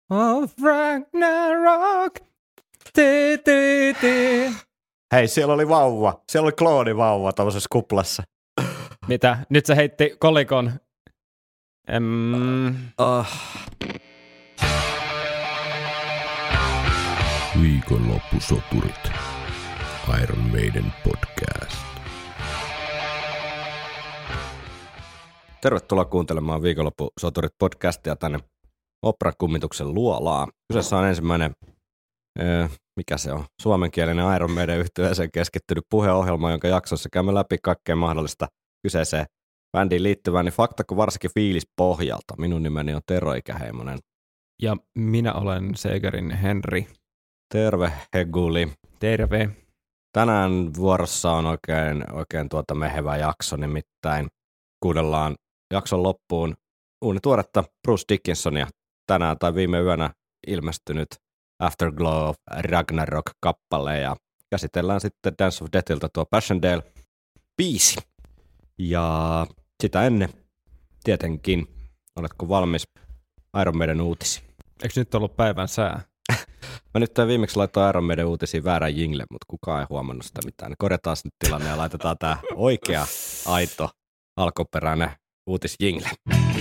of Ragnarok. Hei, siellä oli vauva. Siellä oli kloonivauva tämmöisessä kuplassa. Mitä? Nyt se heitti kolikon. Viikonloppusoturit. Iron Maiden podcast. Tervetuloa kuuntelemaan Viikonloppusoturit podcastia tänne Opran kummituksen luolaan. Kyseessä on ensimmäinen, mikä se on, suomenkielinen Iron Maiden -yhtyeeseen keskittynyt puheohjelma, jonka jaksossa käymme läpi kaikkea mahdollista kyseiseen bändiin liittyvää, niin fakta kuin varsinkin fiilis pohjalta. Minun nimeni on Tero Ikäheimonen. Ja minä olen Segerin Henri. Terve Heguli. Terve. Tänään vuorossa on oikein mehevä jakso, nimittäin kuunnellaan jakson loppuun uunituoretta Bruce Dickinsonia tänään tai viime yönä ilmestynyt Afterglow of Ragnarok-kappale ja käsitellään sitten Dance of Deathiltä tuo Passchendaele-biisi. Ja sitä ennen tietenkin, oletko valmis Iron Maiden uutisiin? Eikö nyt ollut päivän sää? Mä nyt viimeksi laitoin Iron Maiden uutisiin väärän jingle, mutta kukaan ei huomannut sitä mitään. Korjataan nyt tilanne ja laitetaan tää oikea, aito, alkuperäinen uutisjingle.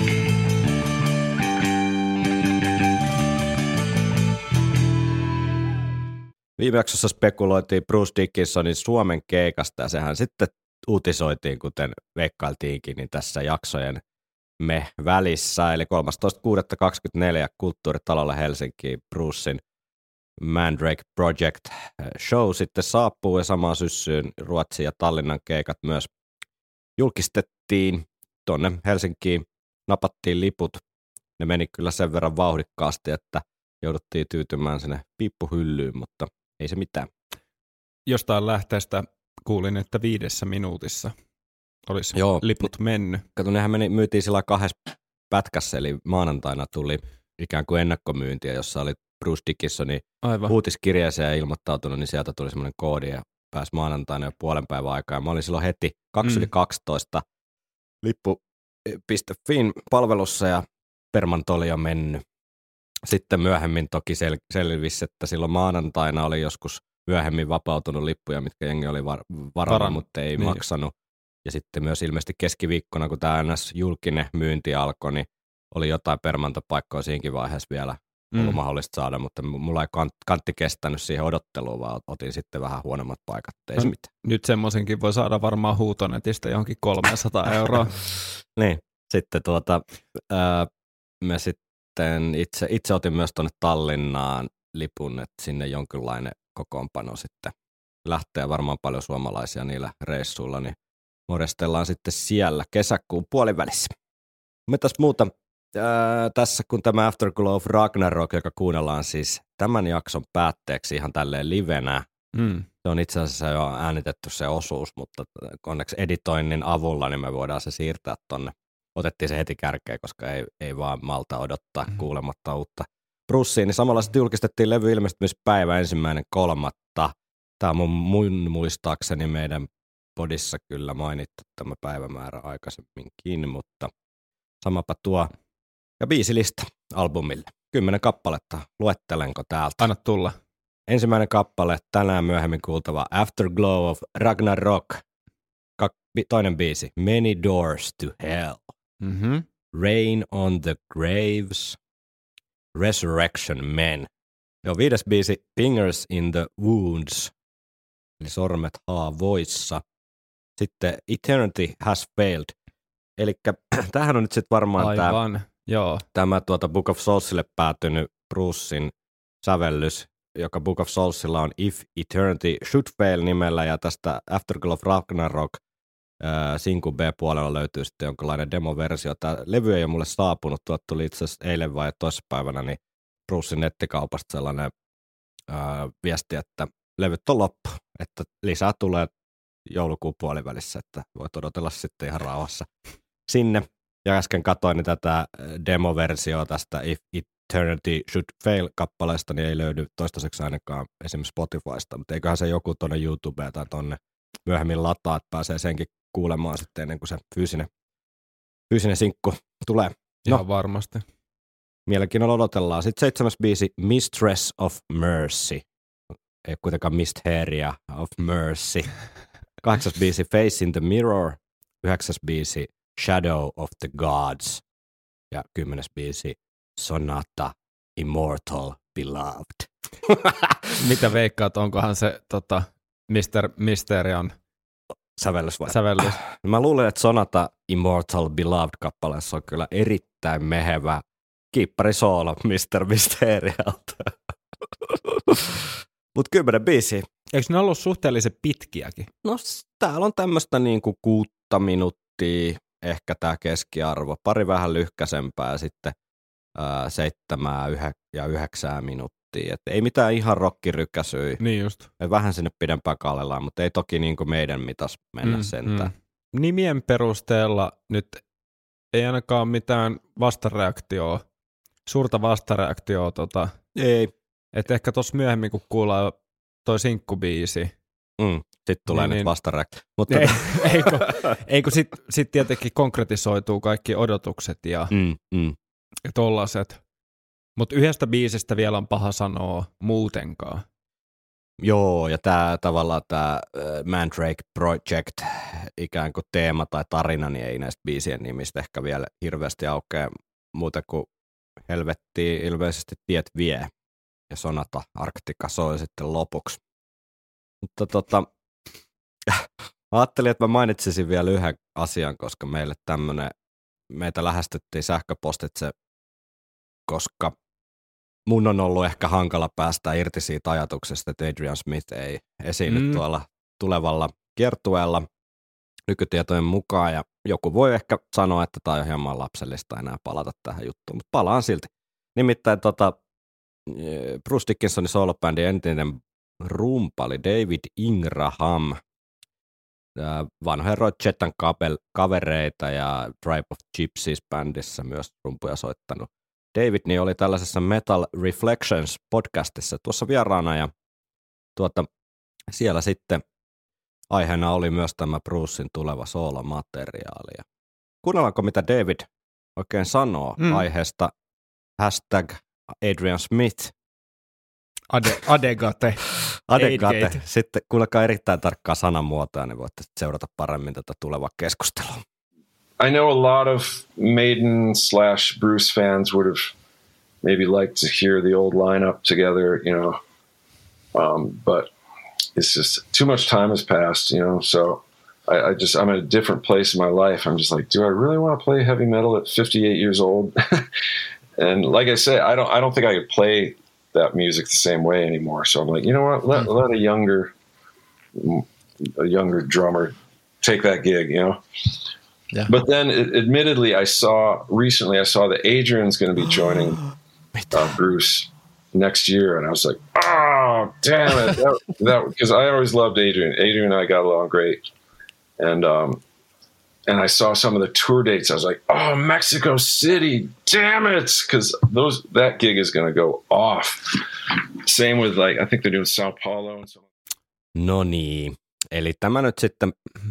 Viime jaksossa spekuloitiin Bruce Dickinsonin Suomen keikasta ja sehän sitten uutisoitiin, kuten veikkailtiinkin, niin tässä jaksojen välissä. Eli 13.6.24 Kulttuuritalolla Helsinkiin Brucein Mandrake Project Show sitten saapuu ja samaan syssyyn Ruotsin ja Tallinnan keikat myös julkistettiin. Tuonne Helsinkiin napattiin liput. Ne meni kyllä sen verran vauhdikkaasti, että jouduttiin tyytymään sinne piippuhyllyyn, mutta ei se mitään. Jostain lähteestä kuulin, että 5 minuutissa olisi liput mennyt. Kato, nehän myytiin sillä 2 pätkässä, eli maanantaina tuli ikään kuin ennakkomyyntiä, jossa oli Bruce Dickinsonin uutiskirjeeseen ilmoittautunut, niin sieltä tuli semmoinen koodi ja pääsi maanantaina jo puolen päivän aikaa. Mä olin silloin heti 2:12 lippu.fin palvelussa ja permanto oli jo mennyt. Sitten myöhemmin toki selvisi, että silloin maanantaina oli joskus myöhemmin vapautunut lippuja, mitkä jengi oli varannut, mutta ei maksanut. Ja sitten myös ilmeisesti keskiviikkona, kun tämä NS-julkinen myynti alkoi, niin oli jotain permantopaikkoja siinäkin vaiheessa vielä ollut mahdollista saada, mutta mulla ei kantti kestänyt siihen odotteluun, vaan otin sitten vähän huonommat paikat. Ei se mitään. Nyt semmoisenkin voi saada varmaan huutonetistä johonkin 300 euroa. Niin, sitten me sitten itse otin myös tuonne Tallinnaan lipun, että sinne jonkinlainen kokoonpano sitten lähtee varmaan paljon suomalaisia niillä reissuilla, niin morjestellaan sitten siellä kesäkuun puolivälissä. Mitäs muuta tässä, kun tämä Afterglow of Ragnarok, joka kuunnellaan siis tämän jakson päätteeksi ihan tälleen livenä. Se on itse asiassa jo äänitetty se osuus, mutta onneksi editoinnin avulla niin me voidaan se siirtää tonne. Otettiin se heti kärkeen, koska ei vaan malta odottaa kuulematta uutta Bruceen. Niin samalla sitten julkistettiin levy ilmestymispäivä 1.3. Tämä on mun muistaakseni meidän podissa kyllä mainittu tämä päivämäärä aikaisemminkin, mutta samapa tuo. Ja biisilista albumille. 10 kappaletta. Luettelenko täältä? Anna tulla. Ensimmäinen kappale, tänään myöhemmin kuultava Afterglow of Ragnarok. Toinen biisi, Many Doors to Hell. Rain on the Graves. Resurrection Men. Ja 5. biisi, Fingers in the Wounds. Eli sormet haavoissa. Sitten Eternity Has Failed. Elikkä tämähän on nyt sitten varmaan tämä Book of Soulsille päätynyt Brucein sävellys, joka Book of Soulsilla on If Eternity Should Fail -nimellä, ja tästä Afterglow of Ragnarok Sinku B-puolella löytyy sitten jonkinlainen demoversio. Tämä levy ei ole mulle saapunut, tuot tuli itse asiassa eilen vai toissapäivänä, niin Brucein nettikaupasta sellainen viesti, että levyt on loppu, että lisää tulee joulukuun puolivälissä, että voit odotella sitten ihan rauhassa sinne. Ja äsken katsoin niin tätä demoversioa tästä If Eternity Should Fail -kappaleesta, niin ei löydy toistaiseksi ainakaan esimerkiksi Spotifysta, mutta eiköhän se joku tuonne YouTubeen tai tuonne myöhemmin lataa, että pääsee senkin kuulemaan sitten ennen kuin se fyysinen sinkku tulee. Ihan varmasti. Mielenkiinnolla odotellaan. Sitten 7. biisi Mistress of Mercy. Ei kuitenkaan Mysteria of Mercy. 8. biisi Face in the Mirror. 9. biisi Shadow of the Gods. Ja 10. biisi Sonata Immortal Beloved. Mitä veikkaat, onkohan se Mysterion sävellys vai? Sävellys. Mä luulen, että Sonata Immortal Beloved-kappaleessa on kyllä erittäin mehevä kiipparisoolo Mr. Mysterialta. Mut 10 biisiä. Eikö ne ollut suhteellisen pitkiäkin? No täällä on tämmöistä niinku 6 minuuttia, ehkä tää keskiarvo. Pari vähän lyhkäsempää ja sitten 7 ja 9 minuuttia. Et ei mitään ihan rockirykäsyä. Niin just. Vähän sinne pidempään kallellaan, mutta ei toki niinku meidän mitas mennä sentään. Nimien perusteella nyt ei ainakaan ole mitään vastareaktioa, suurta vastareaktioa. Ei. Että ehkä tuossa myöhemmin, kun kuullaan toi sinkkubiisi. Sitten tulee nyt vastareaktio. Mutta eikö sit tietenkin konkretisoituu kaikki odotukset ja tollaset. Mutta yhdestä biisistä vielä on paha sanoa muutenkaan. Joo, ja tavallaan tämä Mandrake Project ikään kuin teema tai tarina, niin ei näistä biisien nimistä ehkä vielä hirveästi aukea muuta kuin helvettiin ilmeisesti tiet vie. Ja Sonata Arctica soi sitten lopuksi. Mutta ajattelin, että mä mainitsisin vielä yhden asian, koska meitä lähestyttiin sähköpostitse, koska mun on ollut ehkä hankala päästä irti siitä ajatuksesta, että Adrian Smith ei esiinny tuolla tulevalla kiertueella nykytietojen mukaan, ja joku voi ehkä sanoa, että tämä on hieman lapsellista enää palata tähän juttuun, mutta palaan silti. Nimittäin Bruce Dickinsonin soolobändin entinen rumpali David Ingraham, vanhojen Rochetan kavereita ja Tribe of Gypsies-bändissä myös rumpuja soittanut. David niin oli tällaisessa Metal Reflections podcastissa tuossa vieraana ja siellä sitten aiheena oli myös tämä Brucein tuleva soolomateriaali. Kuunnellaanko mitä David oikein sanoo aiheesta #Adrian Smith. Adegate. Adegate. Sitten kuulekaa erittäin tarkkaa sanamuotoa, niin voitte seurata paremmin tätä tulevaa keskustelua. I know a lot of Maiden/Bruce fans would have maybe liked to hear the old lineup together, but it's just too much time has passed, so I'm at a different place in my life. I'm just like, do I really want to play heavy metal at 58 years old? And like I said, I don't think I could play that music the same way anymore. So I'm like, you know what? Let a younger drummer take that gig, Yeah. But then, admittedly, I saw that Adrian's going to be joining Bruce next year, and I was like, oh, damn it! Because I always loved Adrian. Adrian and I got along great, and I saw some of the tour dates. I was like, oh, Mexico City, damn it! Because that gig is going to go off. Same with I think they're doing Sao Paulo and so on. No niin, eli tämä nyt sitten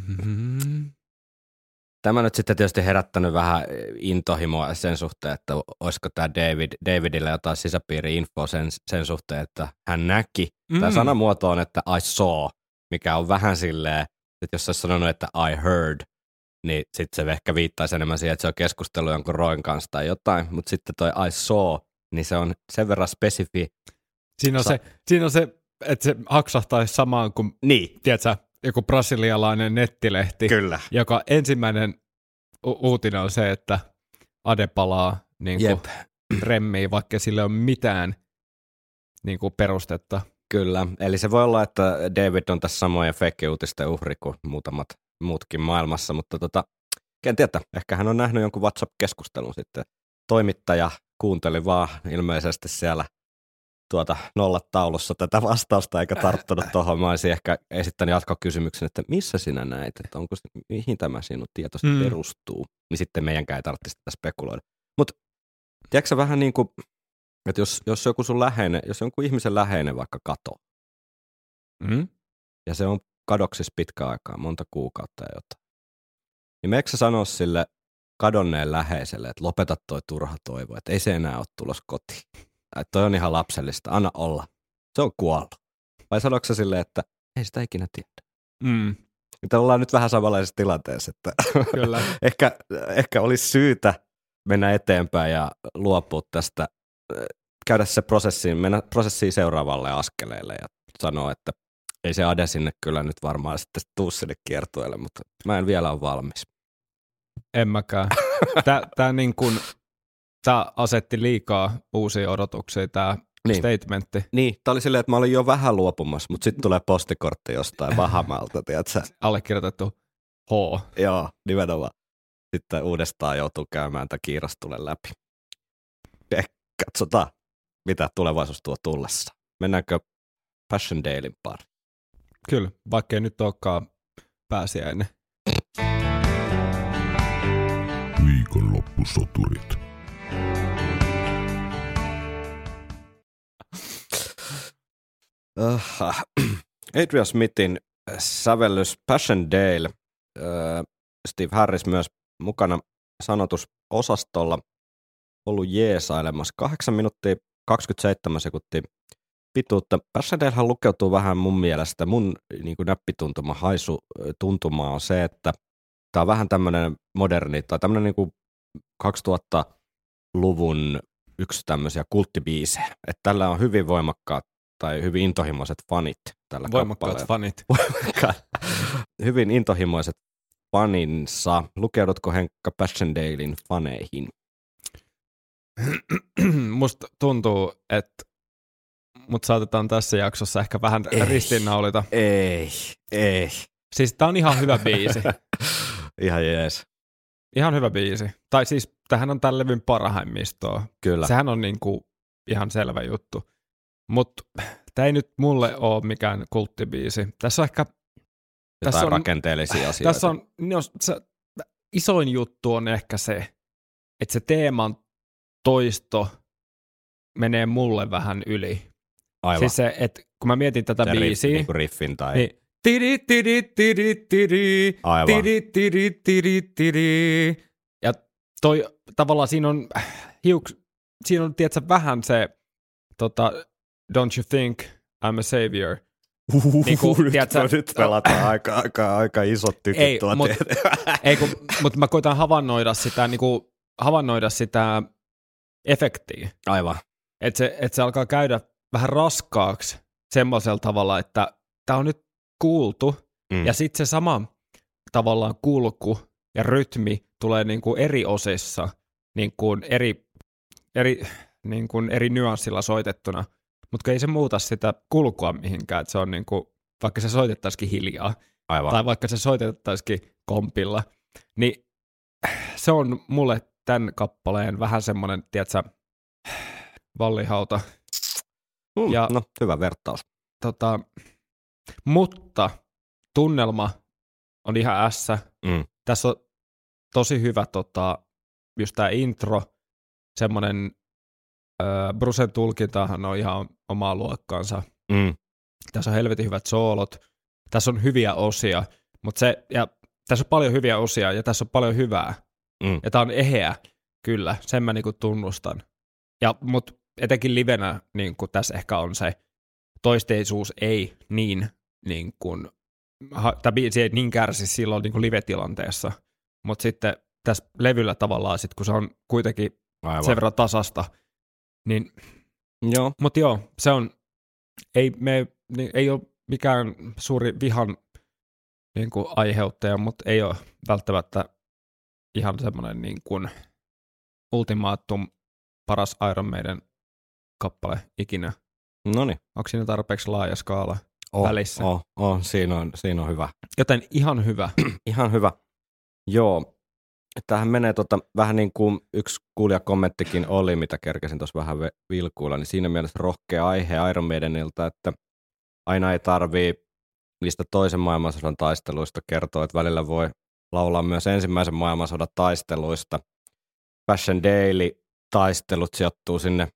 tietysti herättänyt vähän intohimoa sen suhteen, että olisiko tämä Davidille jotain sisäpiiri-infoa sen suhteen, että hän näki. Tämä sanamuoto on, että I saw, mikä on vähän silleen, että jos olisi sanonut, että I heard, niin sitten se ehkä viittaisi enemmän siihen, että se on keskustellut jonkun Roin kanssa tai jotain, mutta sitten toi I saw, niin se on sen verran spesifi. Siinä on se, että se haksahtaisi samaan kuin, tiedätkö, joku brasilialainen nettilehti, kyllä, joka ensimmäinen uutinen on se, että Ade palaa niin kuin remmiin, vaikka sillä ei ole mitään niin kuin perustetta. Kyllä, eli se voi olla, että David on tässä samojen fake-uutisten uhri kuin muutamat muutkin maailmassa, mutta ken tietää, ehkä hän on nähnyt jonkun WhatsApp-keskustelun sitten. Toimittaja kuunteli vaan ilmeisesti siellä nollataulussa tätä vastausta eikä tarttunut tuohon. Mä olisin ehkä esittänyt jatkokysymyksen, että missä sinä näet, että mihin tämä sinun tietosi perustuu, niin sitten meidänkään ei tarvitse sitä spekuloida. Mutta tiedätkö vähän niin kuin, että jos joku sun läheinen, jos jonkun ihmisen läheinen vaikka katoo, ja se on kadoksissa pitkä aikaa, monta kuukautta ja jotain, niin meikö sä sanoa sille kadonneen läheiselle, että lopeta toi turha toivo, että ei se enää ole tulos kotiin. Että toi on ihan lapsellista, anna olla. Se on kuollut. Vai sanoiko se silleen, että ei sitä ikinä tiedä? Että ollaan nyt vähän samanlaisessa tilanteessa, että Kyllä. ehkä olisi syytä mennä eteenpäin ja luopua tästä, käydä se mennä prosessiin seuraavalle askeleelle ja sanoa, että ei se Ade sinne kyllä nyt varmaan sitten tuu sinne kiertueelle, mutta mä en vielä ole valmis. En mäkään. Tää asetti liikaa uusia odotuksia, tää statementti. Niin, tää oli silleen, että mä olin jo vähän luopumassa, mutta sitten tulee postikortti jostain Bahamalta, tiedätkö? Allekirjoitettu H. Joo, nimenomaan. Sitten uudestaan joutuu käymään tämän kiirastulen läpi. Katsotaan, mitä tulevaisuus tuo tullessa. Mennäänkö Passion Dailyn pari? Kyllä, vaikkei nyt olekaan pääsiäinen. Viikonloppusoturit. Adrian Smithin sävellys Passion Dale. Steve Harris myös mukana sanotusosastolla ollut jeesailemassa. 8 minuuttia 27 sekuntia pituutta. Passion Dalehan lukeutuu vähän mun mielestä. Mun niin kuin näppituntuma, haisutuntuma on se, että tämä on vähän tämmöinen moderni tai tämmöinen niin kuin 2000-luvun yksi tämmöisiä kulttibiisejä. Että tällä on hyvin voimakkaat tai hyvin intohimoiset fanit tällä Voimakkaat fanit. Hyvin intohimoiset faninsa. Lukeudutko Henkka Passion Dalein faneihin? Musta tuntuu, että mut saatetaan tässä jaksossa ehkä vähän ristiinnaulita. Ei. Siis tää on ihan hyvä biisi. Ihan jees. Ihan hyvä biisi. Tai siis tämähän on tämän levyn parhaimmistoa. Kyllä. Sehän on niinku ihan selvä juttu. Mutta tämä ei nyt mulle ole mikään kulttibiisi. Tässä on ehkä jotain rakenteellisia asioita. Tässä on, isoin juttu on ehkä se, että se teeman toisto menee mulle vähän yli. Aivan. Siis se, että kun mä mietin tätä biisiä. Niin kuin riffin tai... Niin, aivan. Ja toi tavallaan siinä on tiedätkö, vähän se Don't you think I'm a savior? Nyt pelataan aika isot tykit mutta mä koitan havainnoida sitä efektiä. Aivan. Että se alkaa käydä vähän raskaaksi semmoisella tavalla, että tää on nyt kuultu, ja sitten se sama tavallaan kulku ja rytmi tulee niinku eri osissa, niinku eri nyanssilla soitettuna, mutta ei se muuta sitä kulkua mihinkään, että se on niinku, vaikka se soitettaisikin hiljaa, aivan, tai vaikka se soitettaisikin kompilla, niin se on mulle tämän kappaleen vähän semmoinen, tiedätkö, vallihauta. Ja, no, hyvä vertaus. Mutta tunnelma on ihan ässä. Tässä on tosi hyvä just tämä intro, semmoinen Brucen tulkintahan on ihan omaa luokkaansa. Tässä on helvetin hyvät soolot, tässä on hyviä osia, tässä on paljon hyviä osia ja tässä on paljon hyvää. Ja tää on eheä, kyllä, sen mä niinku tunnustan. Mutta etenkin livenä niinku tässä ehkä on se toisteisuus ei niin kuin, tämä biisi ei niin kärsi silloin niin kuin live-tilanteessa, mutta sitten tässä levyllä tavallaan, sit, kun se on kuitenkin aivan sen verran tasasta, niin joo. Mutta joo, se on, ei ole mikään suuri vihan niin kuin aiheuttaja, mutta ei ole välttämättä ihan semmoinen niin kuin ultimaattum paras Iron Maiden kappale ikinä. Noniin. Onko siinä tarpeeksi laaja skaala välissä? Siinä on hyvä. Joten ihan hyvä. Ihan hyvä. Joo. Tämähän menee vähän niin kuin yksi kuulijakommenttikin oli, mitä kerkesin tuossa vähän vilkuilla, niin siinä mielessä rohkea aihe Iron Maidenilta, että aina ei tarvii niistä toisen maailmansodan taisteluista kertoa, että välillä voi laulaa myös ensimmäisen maailmansodan taisteluista. Passion Dale-taistelut sijoittuu sinne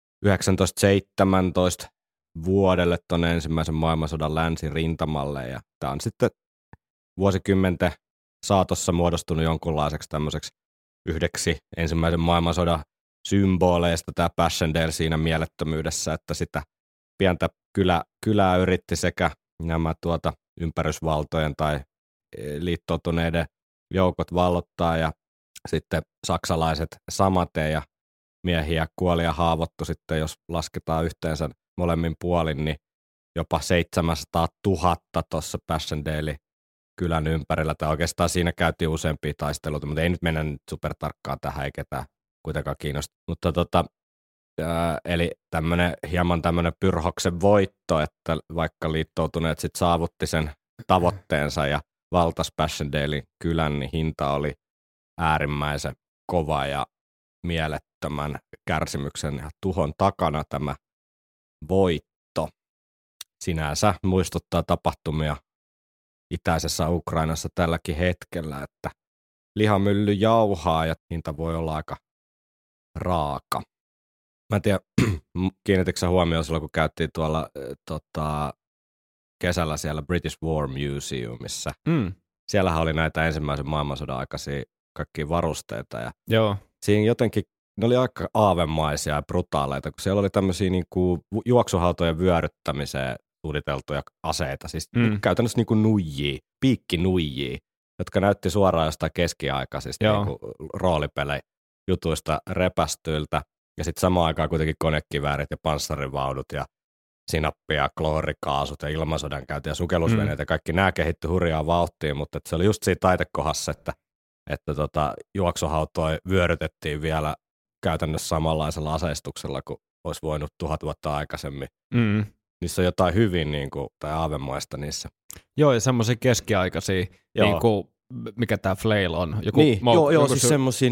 1917 vuodelle tuonne ensimmäisen maailmansodan länsirintamalle, ja tämä on sitten vuosikymmenten saatossa muodostunut jonkunlaiseksi tämmöiseksi yhdeksi ensimmäisen maailmansodan symboleista tämä Passchendaele siinä mielettömyydessä, että sitä pientä kylää yritti sekä nämä ympärysvaltojen tai liittoutuneiden joukot vallottaa ja sitten saksalaiset samaten ja miehiä kuoli ja haavoittu sitten, jos lasketaan yhteensä molemmin puolin, niin jopa 700 000 tuossa Passchendaele kylän ympärillä. Tai oikeastaan siinä käytiin useampia taisteluita, mutta ei nyt mennä nyt supertarkkaan tähän, ei ketään kuitenkaan kiinnosta. Mutta eli hieman tämmöinen Pyrrhoksen voitto, että vaikka liittoutuneet sitten saavutti sen tavoitteensa ja valtas Passchendaelen kylän, niin hinta oli äärimmäisen kova ja mielettömän kärsimyksen ja tuhon takana tämä voitto. Sinänsä muistuttaa tapahtumia itäisessä Ukrainassa tälläkin hetkellä, että lihamylly jauhaa ja hinta voi olla aika raaka. Mä en tiedä, kiinnititkö sä huomioon silloin, kun käytiin tuolla kesällä siellä British War Museumissa. Siellähän oli näitä ensimmäisen maailmansodan aikaisia kaikkia varusteita. Ja joo. Siinä jotenkin, ne oli aika aavemaisia ja brutaaleita, kun siellä oli tämmöisiä niinku juoksuhautojen vyöryttämiseen suunniteltuja aseita. Siis käytännössä niinku nuijia, piikkinuijia, jotka näytti suoraan jostain keskiaikaisista niinku roolipelijutuista repästyiltä. Ja sitten samaan aikaan kuitenkin konekiväärit ja panssarivaunut ja sinappi ja kloorikaasut ja ilmasodan käynti ja sukellusveneet ja kaikki nämä kehittyi hurjaa vauhtiin, mutta se oli just siinä taitekohdassa, että juoksuhautoja vyörytettiin vielä käytännössä samanlaisella aseistuksella kuin olisi voinut 1000 vuotta aikaisemmin. Niissä on jotain hyvin tai aavemaista niissä. Joo, ja semmoisia keskiaikaisia, mikä tämä flail on. Joku siis semmoisia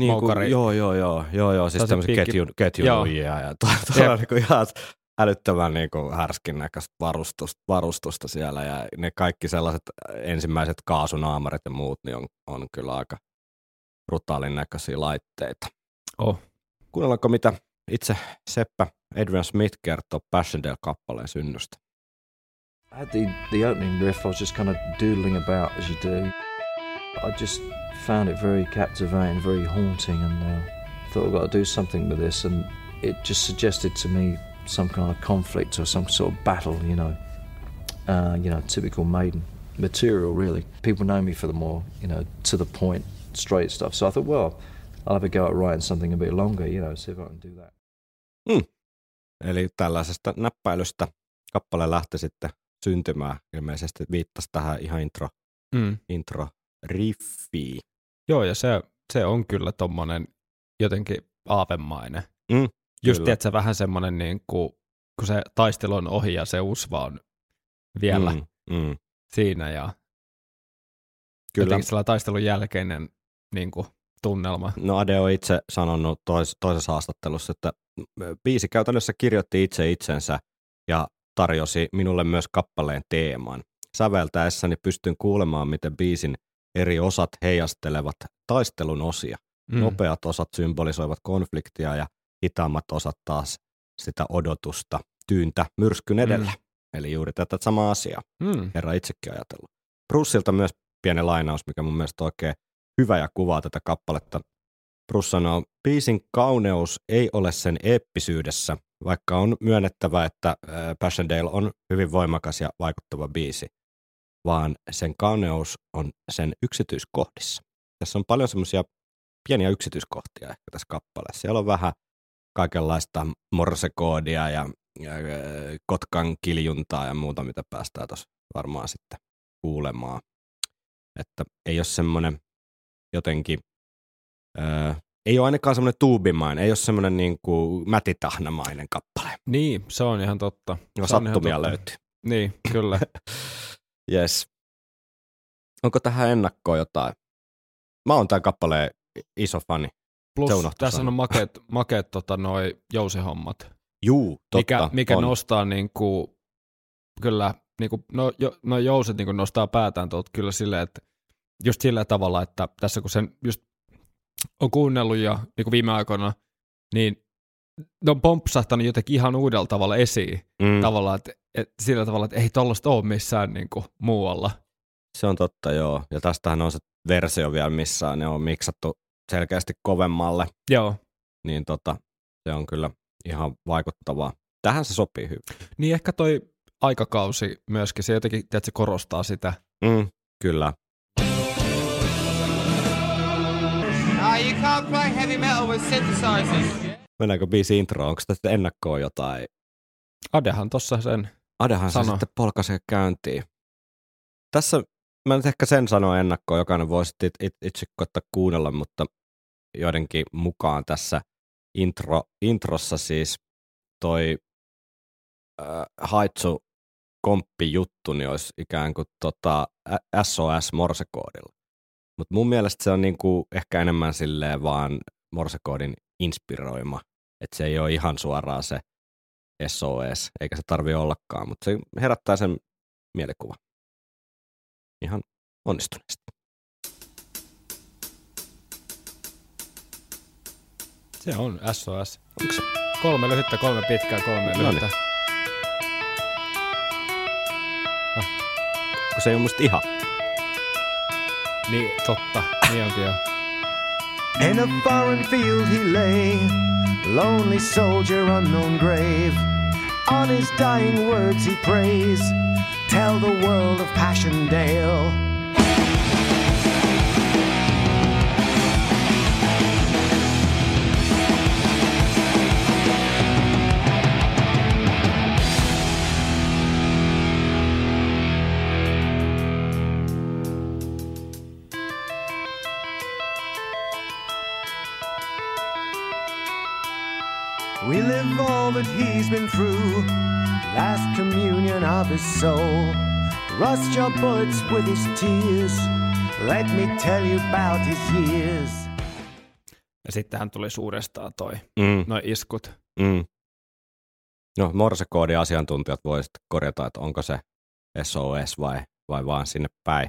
siis tämmöisiä ketjunuijia ja niinku ihan älyttömän härskin näköistä varustusta siellä ja ne kaikki sellaiset ensimmäiset kaasunaamarit ja muut niin on kyllä aika brutaalin näköisiä laitteita. Kuunnellaanko mitä itse Seppä Adrian Smith kertoo Passchendaele-kappaleen synnystä? I had the opening riff, I was just kind of doodling about as you do. I just found it very captivating, very haunting, and thought I've got to do something with this, and it just suggested to me some kind of conflict or some sort of battle, typical Maiden material, really. People know me for the more, to the point, straight stuff. So I thought, well, I'll have a go at writing something a bit longer, see if I can do that. Eli tällaisesta näppäilystä kappale lähti sitten syntymään. Ilmeisesti viittasi tähän ihan intro riffiin. Joo, ja se on kyllä tommonen jotenkin aavemainen. Just tiedätkö, vähän semmoinen kun se taistelu on ohi ja se usva on vielä siinä ja kyllä sellainen taistelun jälkeinen tunnelma. No Ade on itse sanonut toisessa haastattelussa, että biisi käytännössä kirjoitti itse itsensä ja tarjosi minulle myös kappaleen teeman. Säveltäessäni pystyn kuulemaan, miten biisin eri osat heijastelevat taistelun osia. Nopeat osat symbolisoivat konfliktia ja hitaammat osat taas sitä odotusta, tyyntä myrskyn edellä. Eli juuri tätä samaa asiaa. Herra itsekin ajatellut. Bruceilta myös pieni lainaus, mikä mun mielestä on oikein hyvä ja kuvaa tätä kappaletta. Bruce sanoo, biisin kauneus ei ole sen eeppisyydessä, vaikka on myönnettävä, että Passchendaele on hyvin voimakas ja vaikuttava biisi, vaan sen kauneus on sen yksityiskohdissa. Tässä on paljon semmoisia pieniä yksityiskohtia ehkä tässä kappaleessa. Siellä on vähän kaikenlaista morsekoodia ja kotkan kiljuntaa ja muuta, mitä päästään tuossa varmaan sitten kuulemaan. Että ei ole semmoinen jotenkin, ei ole ainakaan semmoinen tuubimainen, ei ole semmoinen mätitahnamainen kappale. Niin, se on ihan totta. Sattumia löytyy. Niin, kyllä. Yes. Onko tähän ennakkoon jotain? Mä oon tämän kappaleen iso fani. Plus tässä on makeet noi jousihommat. Juu, totta. Mikä nostaa kyllä no jouset nostaa päätään tuolta kyllä silleen, että just sillä tavalla, että tässä kun sen just on kuunnellut ja viime aikoina, niin ne on pompsahtanut jotenkin ihan uudella tavalla esiin. Tavallaan, että sillä tavalla, että ei tollaista ole missään muualla. Se on totta, joo. Ja tästähän on se versio vielä, missä ne on miksattu selkeästi kovemmalle. Joo. Niin se on kyllä ihan vaikuttavaa. Tähän se sopii hyvin. Niin ehkä toi aikakausi myöskin, se jotenkin, että se korostaa sitä. Kyllä. You can't play heavy metal with synthesizers. Mennäänkö biisi intro? Onko tästä ennakkoa jotain? Adehan tossa sen Adehan sano. se sitten polkaisee käyntiin. Tässä mä nyt ehkä sen sanoa ennakkoon, jokainen voisi itse koittaa kuunnella, mutta joidenkin mukaan tässä introssa siis toi Haitsu komppijuttu niin olisi ikään kuin SOS morsekoodilla. Mutta mun mielestä se on niinku ehkä enemmän silleen vaan morsekoodin inspiroima. Että se ei ole ihan suoraan se SOS, eikä se tarvitse ollakaan, mutta se herättää sen mielikuvan. Ihan onnistuneesti. Se on SOS. Onko se? 3 lyhyttä, 3 pitkää, 3 lyhyttä. Kun se ei ole musta ihan. Niin, totta. Niin onkin jo. In a foreign field he lay, lonely soldier, unknown grave. On his dying words he prays, tell the world of Passchendaele. We live all that he's been through, last communion of his soul. Rust your bullets with his tears, let me tell you about his years. Ja sittenhän tuli suurestaan noi iskut. No, morsekoodi-asiantuntijat voi sitten korjata, että onko se SOS vai vaan sinne päin.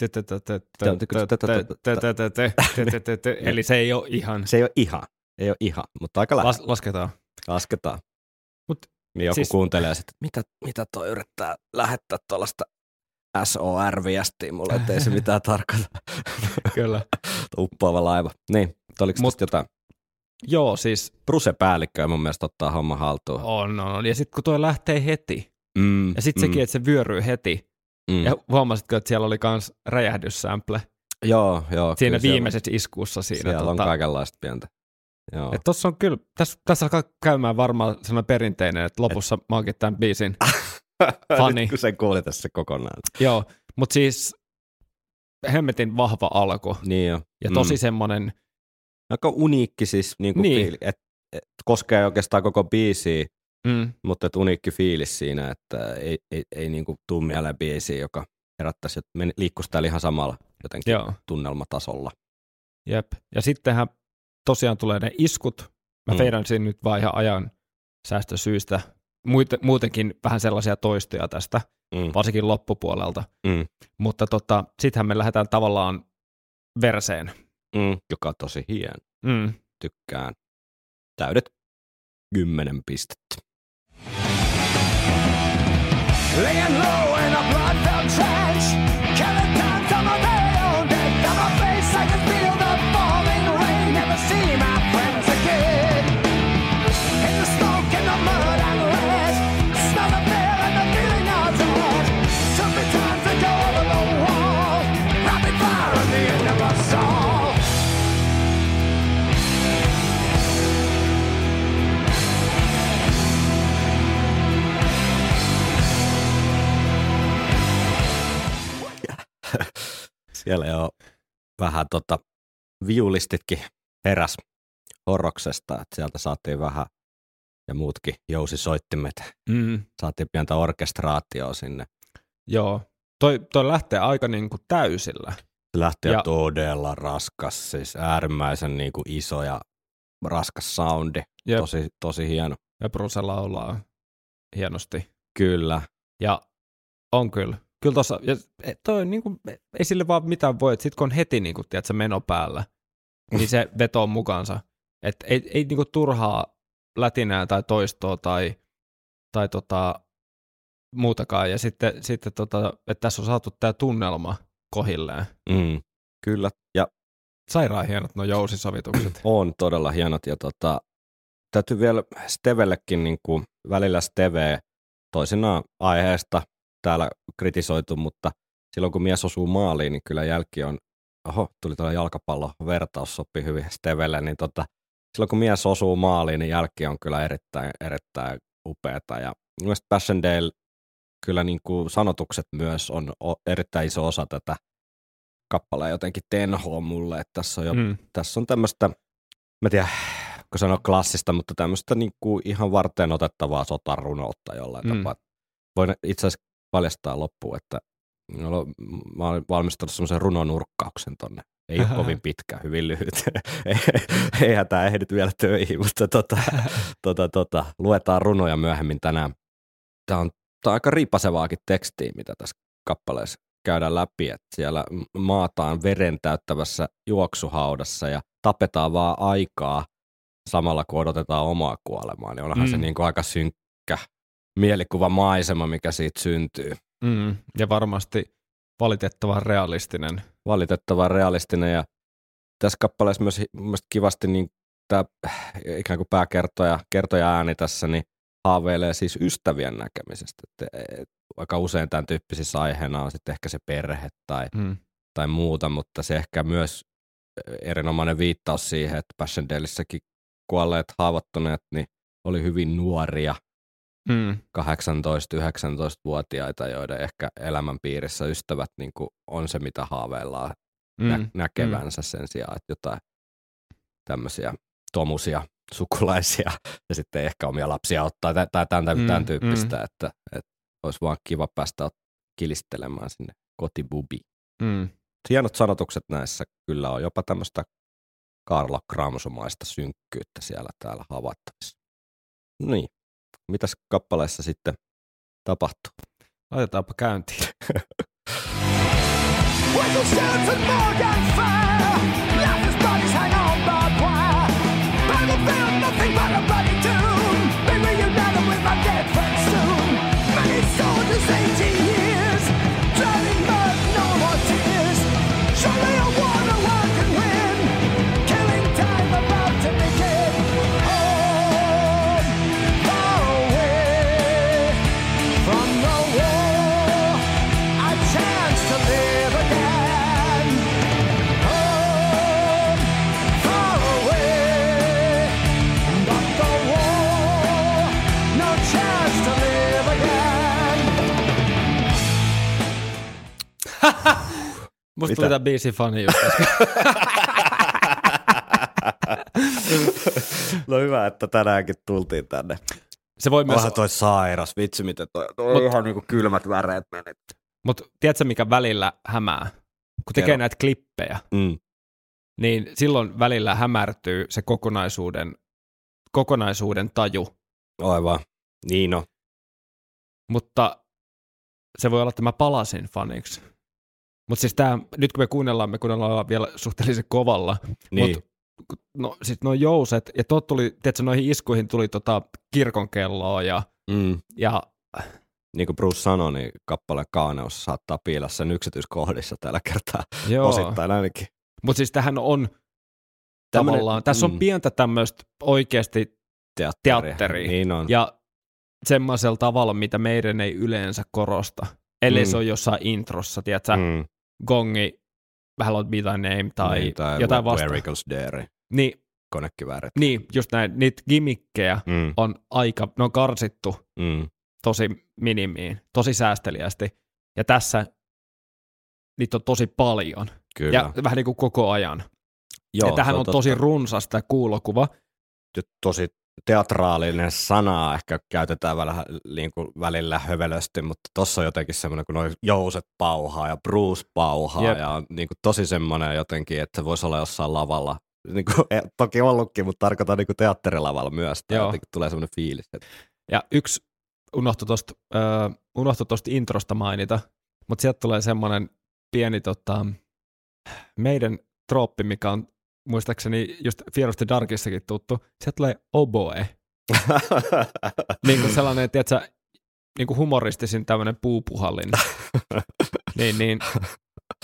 Eli se ei ole ihan. Se ei ole ihan, mutta aika lähellä. Lasketaan. Niin joku kuuntelee sitten, että mitä toi yrittää lähettää tuollaista SOR-viestiä mulle, ettei se mitään tarkoita. Kyllä. Uppoava laiva. Niin, oliko tästä jotain? Joo, siis. Bruse-päällikkö mun mielestä ottaa homma haltuun. On. Ja sitten kun toi lähtee heti, ja sitten sekin, että se vyöryy heti, ja huomasitko, että siellä oli kans räjähdyssample? Joo. Siinä viimeisessä iskussa siinä. Siellä on kaikenlaista pientä. Joo. Että tossa on kyllä, tässä alkaa käymään varmaan sellainen perinteinen, että lopussa mä oonkin tämän biisin fani. Nyt kun sen kuuli tässä kokonaan. Joo, mutta siis hemmetin vahva alku. Niin jo. Ja tosi semmoinen. Aika uniikki siis, niin. Että koskee oikeastaan koko biisiä, mutta uniikki fiilis siinä, että ei niin kuin tuu mieleen biisiä, joka herättäisi, että liikkuisi täällä ihan samalla jotenkin tunnelmatasolla. Jep. Ja sittenhän tosiaan tulee ne iskut. Mä feidän siinä nyt vaan ihan ajan säästösyistä. Muutenkin vähän sellaisia toistoja tästä, varsinkin loppupuolelta. Mutta sittenhän me lähdetään tavallaan verseen. Joka on tosi hieno. Tykkään. Täydet 10 pistettä. Laying low in a blood-filled trench, killing time to my very own death. On my face I can feel the falling rain. Never see my friends again. In the smoke, in the mud and lead, smell the fear and the feeling of dread. Took me time to go over the wall, rapid fire at the end of us all. Siellä jo vähän viulistitkin heräs horroksesta, että sieltä saatiin vähän ja muutkin jousisoittimet. Saatiin pientä orkestraatioa sinne. Joo. Toi lähtee aika niinku täysillä. Lähtee todella raskas, siis äärimmäisen niinku iso ja raskas soundi. Tosi hieno. Ja Bruce laulaa hienosti. Kyllä. Ja on kyllä. Kyllä tossa, ja toi niinku, ei sille vaan mitään voi, että sit kun on heti niinku, tiedätkö, meno päällä, niin se vetoo mukaansa. Että ei niinku turhaa lätinää tai toistoa tai muutakaan. Ja sitten että tässä on saatu tää tunnelma kohilleen. Kyllä. Ja sairaan hienot nuo jousisovitukset. On todella hienot ja täytyy vielä Stevellekin niin kuin välillä Steve toisinaan aiheesta täällä kritisoitu, mutta silloin kun mies osuu maaliin, niin kyllä jälki on, tuli tällainen jalkapallovertaus, sopii hyvin Stevelle, niin silloin kun mies osuu maaliin, niin jälki on kyllä erittäin upeata ja mielestäni Passchendaele kyllä niin kuin sanotukset myös on erittäin iso osa tätä kappaleen jotenkin tenhoa mulle, että tässä on tämmöistä, mä tiedän, kun sanoo klassista, mutta tämmöistä niin kuin ihan varten otettavaa sotarunoutta jollain tapaa. Voin itse asiassa paljastaa loppuun, että mä olen valmistanut semmoisen runonurkkauksen tonne. Ei ole kovin pitkä, hyvin lyhyt. Eihän tämä ehdi vielä töihin, mutta luetaan runoja myöhemmin tänään. Tämä on aika riipasevaakin tekstiä, mitä tässä kappaleessa käydään läpi, että siellä maataan veren täyttävässä juoksuhaudassa ja tapetaan vaan aikaa samalla kun odotetaan omaa kuolemaa, niin onhan se niin kuin aika synkkä mielikuva maisema, mikä siitä syntyy. Ja varmasti valitettavan realistinen ja tässä kappaleessa myös kivasti niin tämä ikään kuin pääkertoja ääni tässä niin haaveilee siis ystävien näkemisestä. Aika usein tämän tyyppisissä aiheena on sitten ehkä se perhe tai muuta, mutta se ehkä myös erinomainen viittaus siihen, että Passchendaelessäkin kuolleet haavoittuneet niin oli hyvin nuoria, 18-19-vuotiaita, joiden ehkä elämänpiirissä ystävät niin kuin on se, mitä haaveillaan näkevänsä sen sijaan, että jotain tämmöisiä tomusia sukulaisia ja sitten ehkä omia lapsia ottaa tai tämän tyyppistä, että olisi vaan kiva päästä kilistelemään sinne kotibubiin. Hienot sanotukset näissä kyllä on jopa tämmöistä Karla Kramsumaista synkkyyttä siellä täällä havaittavissa. Niin, mitäs kappaleessa sitten tapahtuu? Laitetaanpa käyntiin. Musta tuli tää biisin fani just äsken. No hyvä, että tänäänkin tultiin tänne. Se voi myös... Onhan toi sairas, vitsi miten toi on ihan niinku kylmät väreet mennyt. Mutta tiedätkö mikä välillä hämää? Kun tekee näitä klippejä, niin silloin välillä hämärtyy se kokonaisuuden taju. Aivan, niin on. Mutta se voi olla, että mä palasin faniksi. Mutta siis nyt kun me kuunnellaan vielä suhteellisen kovalla. Niin. No siis nuo jouset, ja tiedätkö, noihin iskuihin tuli kirkonkelloa ja niin kuin Bruce sanoi, niin kappaleen kaaneus saattaa piillä sen yksityiskohdissa tällä kertaa osittain ainakin. Mutta siis tämähän on tavallaan, tässä on pientä tämmöistä oikeasti teatteria. Niin on. Ja semmoisella tavalla, mitä meidän ei yleensä korosta. Ellei se on jossain introssa, tiedätkö, gongi, Hallowed Be Thy Name tai jotain vasta. Where Eagles Dare. Niin. Konekivääret. Niin, just näin. Niitä gimmikkejä on ne on karsittu tosi minimiin, tosi säästeliästi. Ja tässä niitä on tosi paljon. Kyllä. Ja vähän niin kuin koko ajan. Joo, ja tähän on tosi runsas tämä kuulokuva. Tosi teatraalinen sana ehkä käytetään välillä hövelösti, mutta tossa on jotenkin semmoinen, kun noi jouset pauhaa ja Bruce pauhaa ja on niin kuin tosi semmoinen jotenkin, että se voisi olla jossain lavalla. Niin kuin, toki ollutkin, mutta tarkoitan niin kuin teatterilavalla myös. Tulee semmoinen fiilis. Ja yksi unohtui tuosta introsta mainita, mutta sieltä tulee semmoinen pieni meidän trooppi, mikä on muistaakseni just Fear of the Darkissakin tuttu, sieltä tulee oboe. Niin kuin sellainen, tiedätkö, niin kuin humoristisin tämmöinen puupuhallin. niin.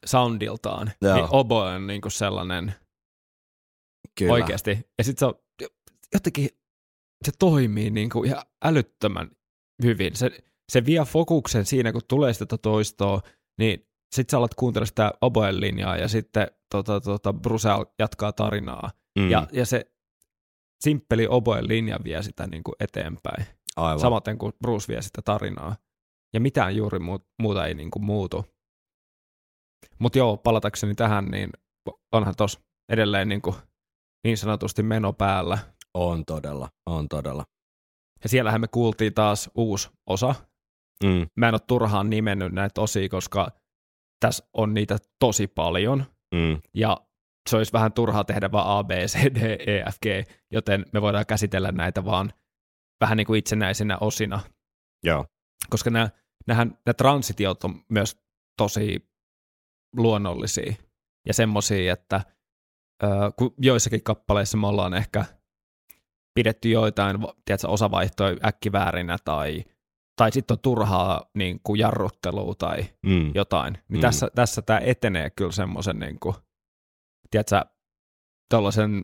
soundiltaan, Joo. niin oboe on niinku sellainen Kyllä. oikeasti. Ja sit se on jotenkin, se toimii niinku ihan älyttömän hyvin. Se vie fokuksen siinä, kun tulee sitä toistoa, niin sit sä alat kuuntella sitä oboen linjaa ja sitten Bruce jatkaa tarinaa. Ja se simppeli oboen linja vie sitä niinku eteenpäin. Aivan. Samaten kuin Bruce vie sitä tarinaa. Ja mitään juuri muuta ei niinku muutu. Mutta joo, palatakseni tähän, niin onhan tos edelleen niin sanotusti meno päällä. On todella. Ja siellähän me kuultiin taas uusi osa. Mä en ole turhaan nimennyt näitä osia, koska tässä on niitä tosi paljon. Ja se olisi vähän turhaa tehdä vaan A, B, C, D, E, F, G, joten me voidaan käsitellä näitä vaan vähän niin kuin itsenäisinä osina. Joo. Koska nämä transitiot on myös tosi luonnollisia ja semmoisia, että kun joissakin kappaleissa me ollaan ehkä pidetty joitain, tiedätkö, osavaihtoja äkkiväärinä tai sitten on turhaa niin kuin jarruttelua tai jotain. Niin tässä tämä etenee kyllä semmoisen, niin kuin, tiedätkö, tuollaisen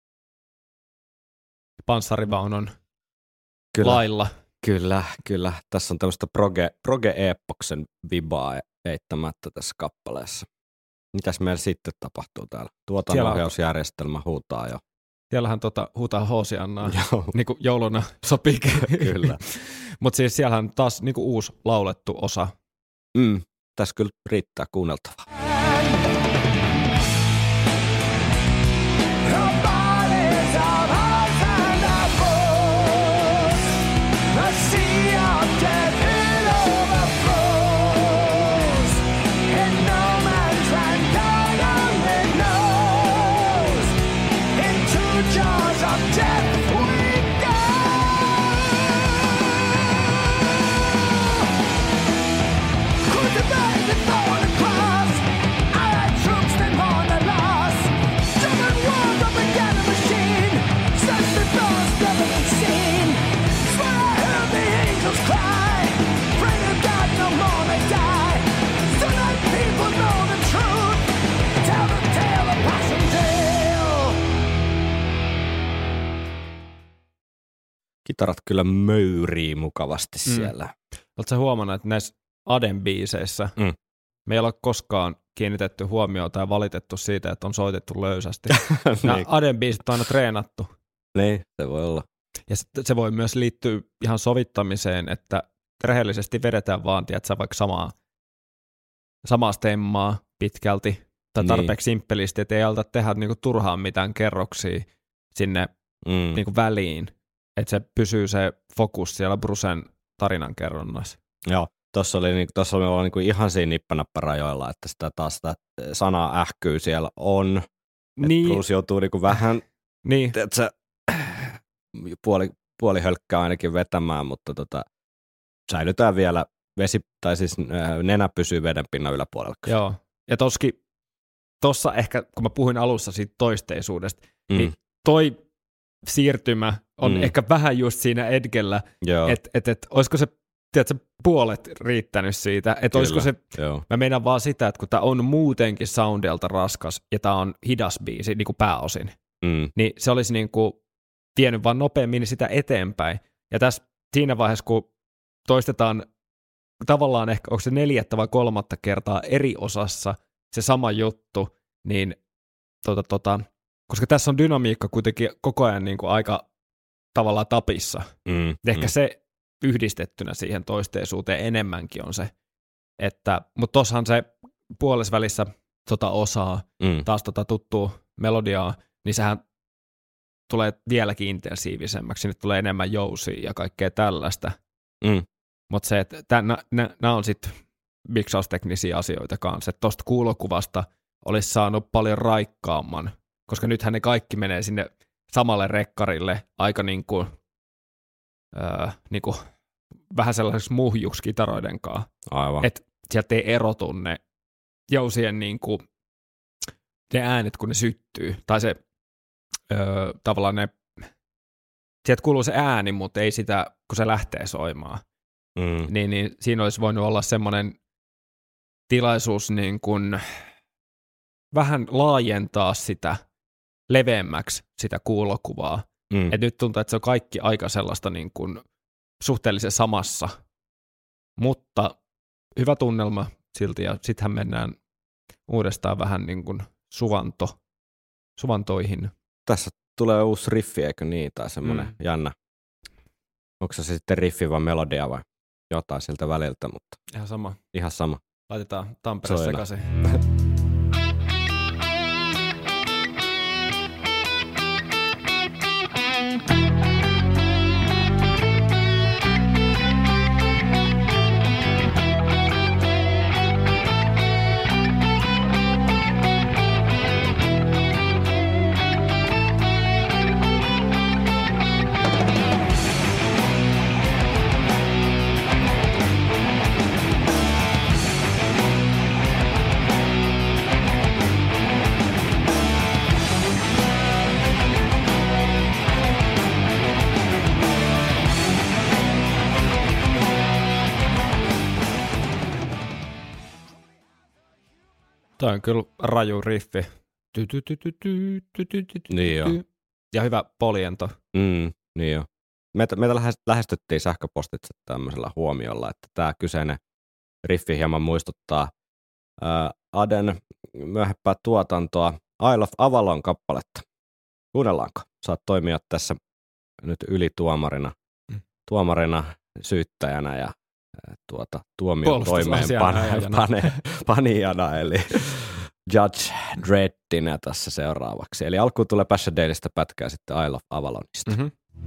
panssarivaunun lailla. Kyllä. Tässä on tämmöistä proge-epoksen vibaa eittämättä tässä kappaleessa. Mitäs meillä sitten tapahtuu täällä? Tuotannonohjausjärjestelmä huutaa jo. Siellähän huutaa Hoosiannaa, niin kuin jouluna sopiikin. Kyllä. Mutta siis siellähän on taas niin kuin uusi laulettu osa. Tässä kyllä riittää kuunneltavaa. Kitarat kyllä möyrii mukavasti siellä. Oletko sä huomannut, että näissä Aden biiseissä me ei ole koskaan kiinnitetty huomioon tai valitettu siitä, että on soitettu löysästi. Nämä Aden biisit on aina treenattu. Niin, se voi olla. Ja se voi myös liittyä ihan sovittamiseen, että rehellisesti vedetään vaan, tiedätkö, vaikka samaa stemmaa pitkälti tai tarpeeksi simppelisti, että ei alta tehdä niinku turhaan mitään kerroksia sinne niinku väliin. Että se pysyy se fokus siellä Brucen tarinankerronnassa. Joo, tuossa oli niinku ihan siinä nippanapparajoilla, että sitä sanaa ähkyy siellä on. Niin. Bruce joutuu niinku vähän tiedätkö, puoli hölkkää ainakin vetämään, mutta säilytään vielä nenä pysyy vedenpinnan yläpuolella. Joo, ja tossa ehkä, kun mä puhuin alussa siitä toisteisuudesta, niin toi siirtymä on ehkä vähän just siinä edgellä, että olisiko se, tiedätkö, puolet riittänyt siitä, että olisiko se, mä meinaan vaan sitä, että kun tää on muutenkin soundilta raskas ja tää on hidas biisi niin kuin pääosin, niin se olisi niin kuin vienyt vaan nopeammin sitä eteenpäin. Ja tässä siinä vaiheessa, kun toistetaan tavallaan ehkä, onko se 4. vai 3. kertaa eri osassa se sama juttu, niin koska tässä on dynamiikka kuitenkin koko ajan niin kuin aika tavallaan tapissa. Ehkä se yhdistettynä siihen toisteisuuteen enemmänkin on se, mutta tossahan se puolesvälissä osaa taas tuttua melodiaa, niin sehän tulee vieläkin intensiivisemmäksi, sinne tulee enemmän jousia ja kaikkea tällaista. Mutta se, että nämä on sitten miksausteknisiä asioita kanssa, että tuosta kuulokuvasta olisi saanut paljon raikkaamman, koska nythän ne kaikki menee sinne samalle rekkarille aika niinku vähän sellaiseksi muhjuksi kitaroiden kanssa. Aivan. Että sieltä ei erotu ne jousien niinku, ne äänet, kun ne syttyy. Tai se tavallaan ne, sieltä kuuluu se ääni, mutta ei sitä, kun se lähtee soimaan. Niin siinä olisi voinut olla semmoinen tilaisuus niin kuin vähän laajentaa sitä leveämmäksi sitä kuulokuvaa. Et nyt tuntuu, että se on kaikki aika sellaista niin kuin suhteellisen samassa, mutta hyvä tunnelma silti, ja sittenhän mennään uudestaan vähän niin kuin suvantoihin. Tässä tulee uusi riffi, eikö niin, tai semmoinen jännä. Onko se sitten riffi vai melodia vai jotain siltä väliltä, mutta ihan sama. Laitetaan Tampere sekaisin. Tämä on kyllä raju riffi. Niin joo. Ja hyvä poliento. Niin joo. Meitä lähestyttiin sähköpostitse tämmöisellä huomiolla, että tämä kyseinen riffi hieman muistuttaa Aden myöhempää tuotantoa Isle of Avalon kappaletta. Kuunnellaanko? Saat toimia tässä nyt tuomarina, syyttäjänä ja tuomion toimeenpanijana, eli Judge Dreddinä tässä seuraavaksi. Eli alkuun tulee Pasadaleista pätkää sitten Isle of Avalonista. Mm-hmm.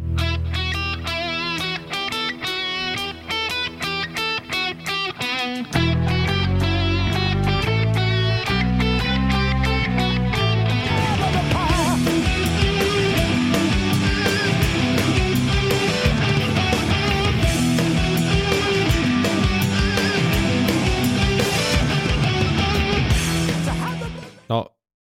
No,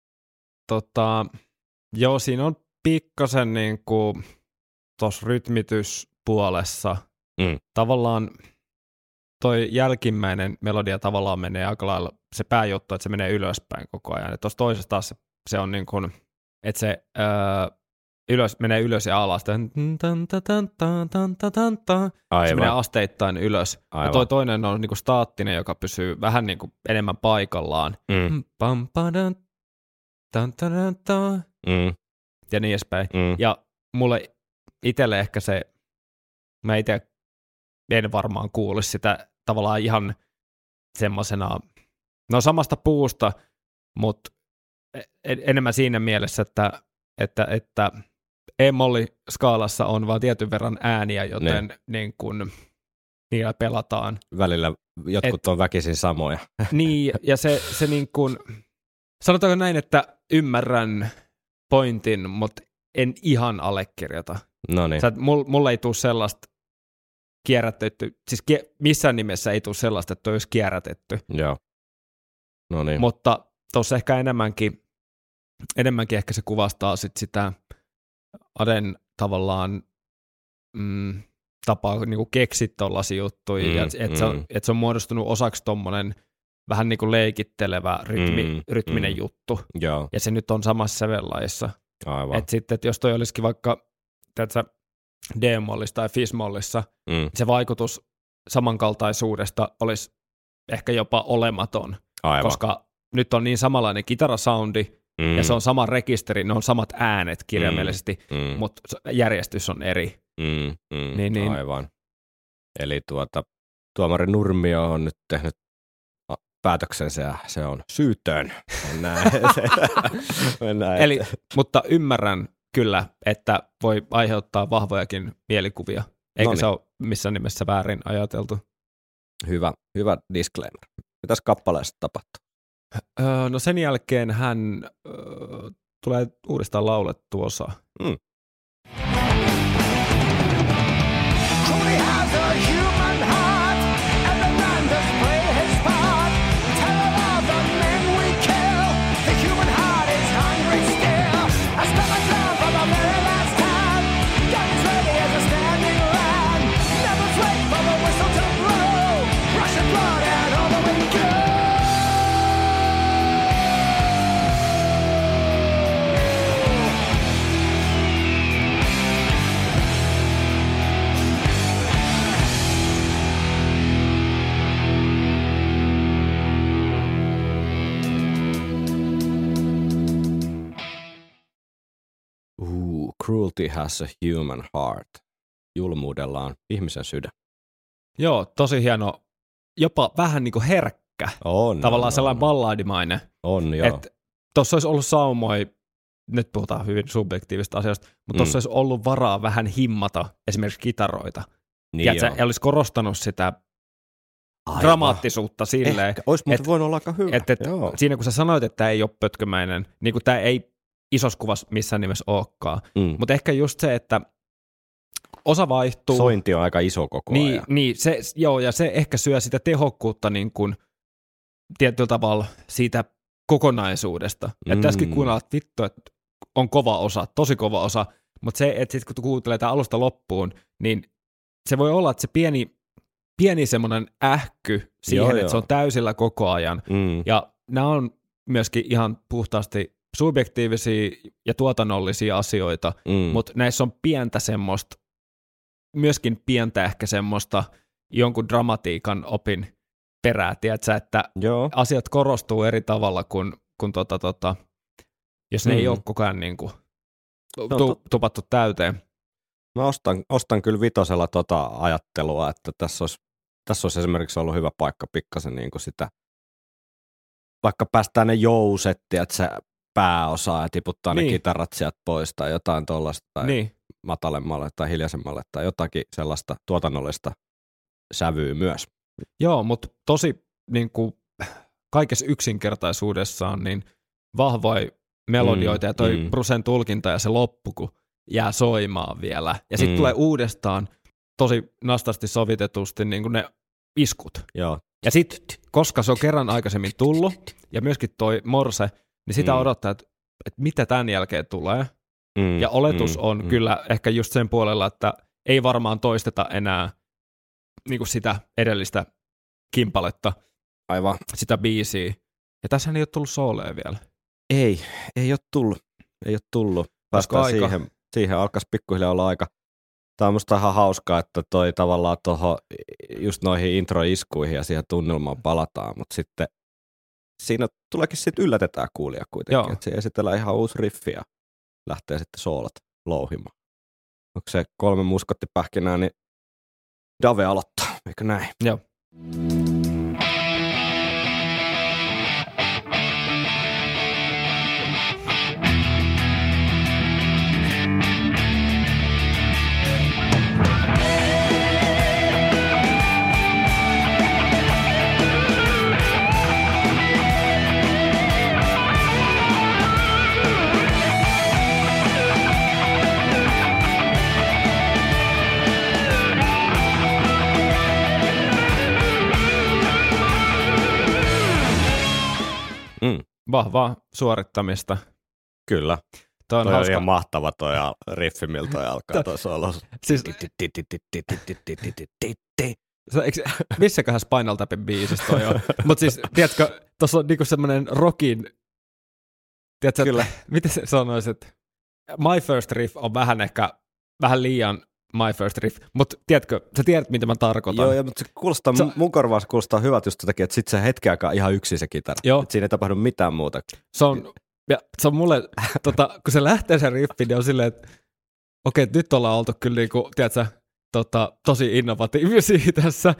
joo, siinä on pikkasen niin kuin tuossa rytmityspuolessa. Tavallaan toi jälkimmäinen melodia tavallaan menee aika lailla, se pääjuttu, että se menee ylöspäin koko ajan. Tuossa toisessa taas se on niin kuin, että se menee ylös ja alas. Se menee asteittain ylös. Aivan. Ja toi toinen on niin kuin staattinen, joka pysyy vähän niin kuin enemmän paikallaan. Ja niin edespäin. Ja mulle itselle ehkä se, mä itse en varmaan kuulisi sitä tavallaan ihan semmosena, no samasta puusta, mutta enemmän siinä mielessä, että E-molli-skaalassa on vaan tietyn verran ääniä, joten niin kun niillä pelataan. Välillä jotkut on väkisin samoja. Niin, ja se niin kun, sanotaanko näin, että ymmärrän pointin, mutta en ihan allekirjoita. Noniin. Mulla ei tule sellaista kierrätetty, siis missään nimessä ei tule sellaista, että olisi kierrätetty. Joo. Noniin. Mutta tuossa ehkä enemmänkin ehkä se kuvastaa sitä Aden tavallaan tapaa niinku keksit tollaisia juttuja, että se on muodostunut osaksi tommonen vähän niinku leikittelevä rytminen juttu. Joo. Ja se nyt on samassa sävellajissa. Aivan. Että sitten, että jos toi olisikin vaikka D-mollissa tai Fis-mollissa, se vaikutus samankaltaisuudesta olisi ehkä jopa olematon. Aivan. Koska nyt on niin samanlainen kitarasoundi, ja se on sama rekisteri, ne on samat äänet kirjaimellisesti, mutta järjestys on eri. Niin. Aivan. Eli tuomari Nurmio on nyt tehnyt päätöksensä ja se on syytön. Mennään. Eli, mutta ymmärrän kyllä, että voi aiheuttaa vahvojakin mielikuvia, eikä se ole missään nimessä väärin ajateltu. Hyvä disclaimer. Mitäs kappaleesta tapahtuu? No sen jälkeen hän tulee uudestaan laulettu osa. Cruelty has a human heart. Julmuudella on ihmisen sydän. Joo, tosi hieno. Jopa vähän niinku herkkä. Tavallaan sellainen balladimainen. On, joo. Tuossa olisi ollut saumoja, nyt puhutaan hyvin subjektiivista asioista, mutta tuossa olisi ollut varaa vähän himmata esimerkiksi kitaroita. Niin ja se olisi korostanut sitä dramaattisuutta silleen. Olisi muuten voinut olla aika hyvä. Siinä kun sä sanoit, että tämä ei ole pötkömäinen, niin kuin tämä ei isossa kuvassa missään nimessä olekaan. Mutta ehkä just se, että osa vaihtuu. Sointi on aika iso koko ajan. Niin ja se ehkä syö sitä tehokkuutta niin kuin tietyllä tavalla siitä kokonaisuudesta. Että tässäkin kuunnella, että vittu, että on kova osa, tosi kova osa, mutta se, että sitten kun kuuntelee tämän alusta loppuun, niin se voi olla, että se pieni semmoinen ähky siihen, että se on täysillä koko ajan. Ja nämä on myöskin ihan puhtaasti subjektiivisia ja tuotannollisia asioita, mutta näissä on pientä semmoista, myöskin pientä ehkä semmoista jonkun dramatiikan opin perää, tiedätkö, että asiat korostuu eri tavalla kuin jos ne ei ole koko ajan niin kuin tupattu täyteen. Mä ostan kyllä vitosella ajattelua, että tässä olisi esimerkiksi ollut hyvä paikka pikkasen niin kuin sitä, vaikka päästään ne jouset, että se pääosaa ja tiputtaa ne kitarat sieltä pois tai jotain tuollaista tai matalemmalle tai hiljaisemmalle tai jotakin sellaista tuotannollista sävyä myös. Joo, mutta tosi niin kuin kaikessa yksinkertaisuudessaan niin vahvoja melodioita ja toi Brucen tulkinta ja se loppu, kun jää soimaan vielä. Ja sitten tulee uudestaan tosi nastasti sovitetusti niin kuin ne iskut. Joo. Ja sitten, koska se on kerran aikaisemmin tullut, ja myöskin toi morse, niin sitä odottaa, että mitä tämän jälkeen tulee. Ja oletus on kyllä ehkä just sen puolella, että ei varmaan toisteta enää niin kuin sitä edellistä kimpaletta, aivan sitä biisiä. Ja tässähän ei ole tullut sooleja vielä. Ei ole tullut. Päästään siihen alkaisi pikkuhiljaa olla aika. Tämä on musta ihan hauskaa, että toi tavallaan tuohon just noihin intro-iskuihin ja siihen tunnelmaan palataan, mutta sitten siinä tuleekin sitten yllätetään kuulija kuitenkin, että siinä esitellään ihan uusi riffi ja lähtee sitten soolat louhimaan. Onko se 3 muskottipähkinää, niin Dave aloittaa, eikö näin? Joo. Vahvaa suorittamista. Kyllä. Toi on ihan mahtava toi riffi, miltä toi alkaa toi solos. Siis, missäköhän Spinal Tapin biisissä toi on? Mutta siis, tiedätkö, tuossa on niinku semmoinen rockin, tiedätkö, kyllä. Miten sä sanoisit? My First Riff on vähän liian My First Riff, mutta tiedätkö, sä tiedät, mitä mä tarkoitan. Joo, mutta se kuulostaa, mun korvaassa kuulostaa hyvät just takia, että sit se hetken aikaa ihan yksin se kitara. Että siinä ei tapahdu mitään muuta. Se on mulle, kun se lähtee se riffi, niin on silleen, että okei, nyt ollaan oltu kyllä niinku, tiedätkö, tosi innovatiivisia tässä.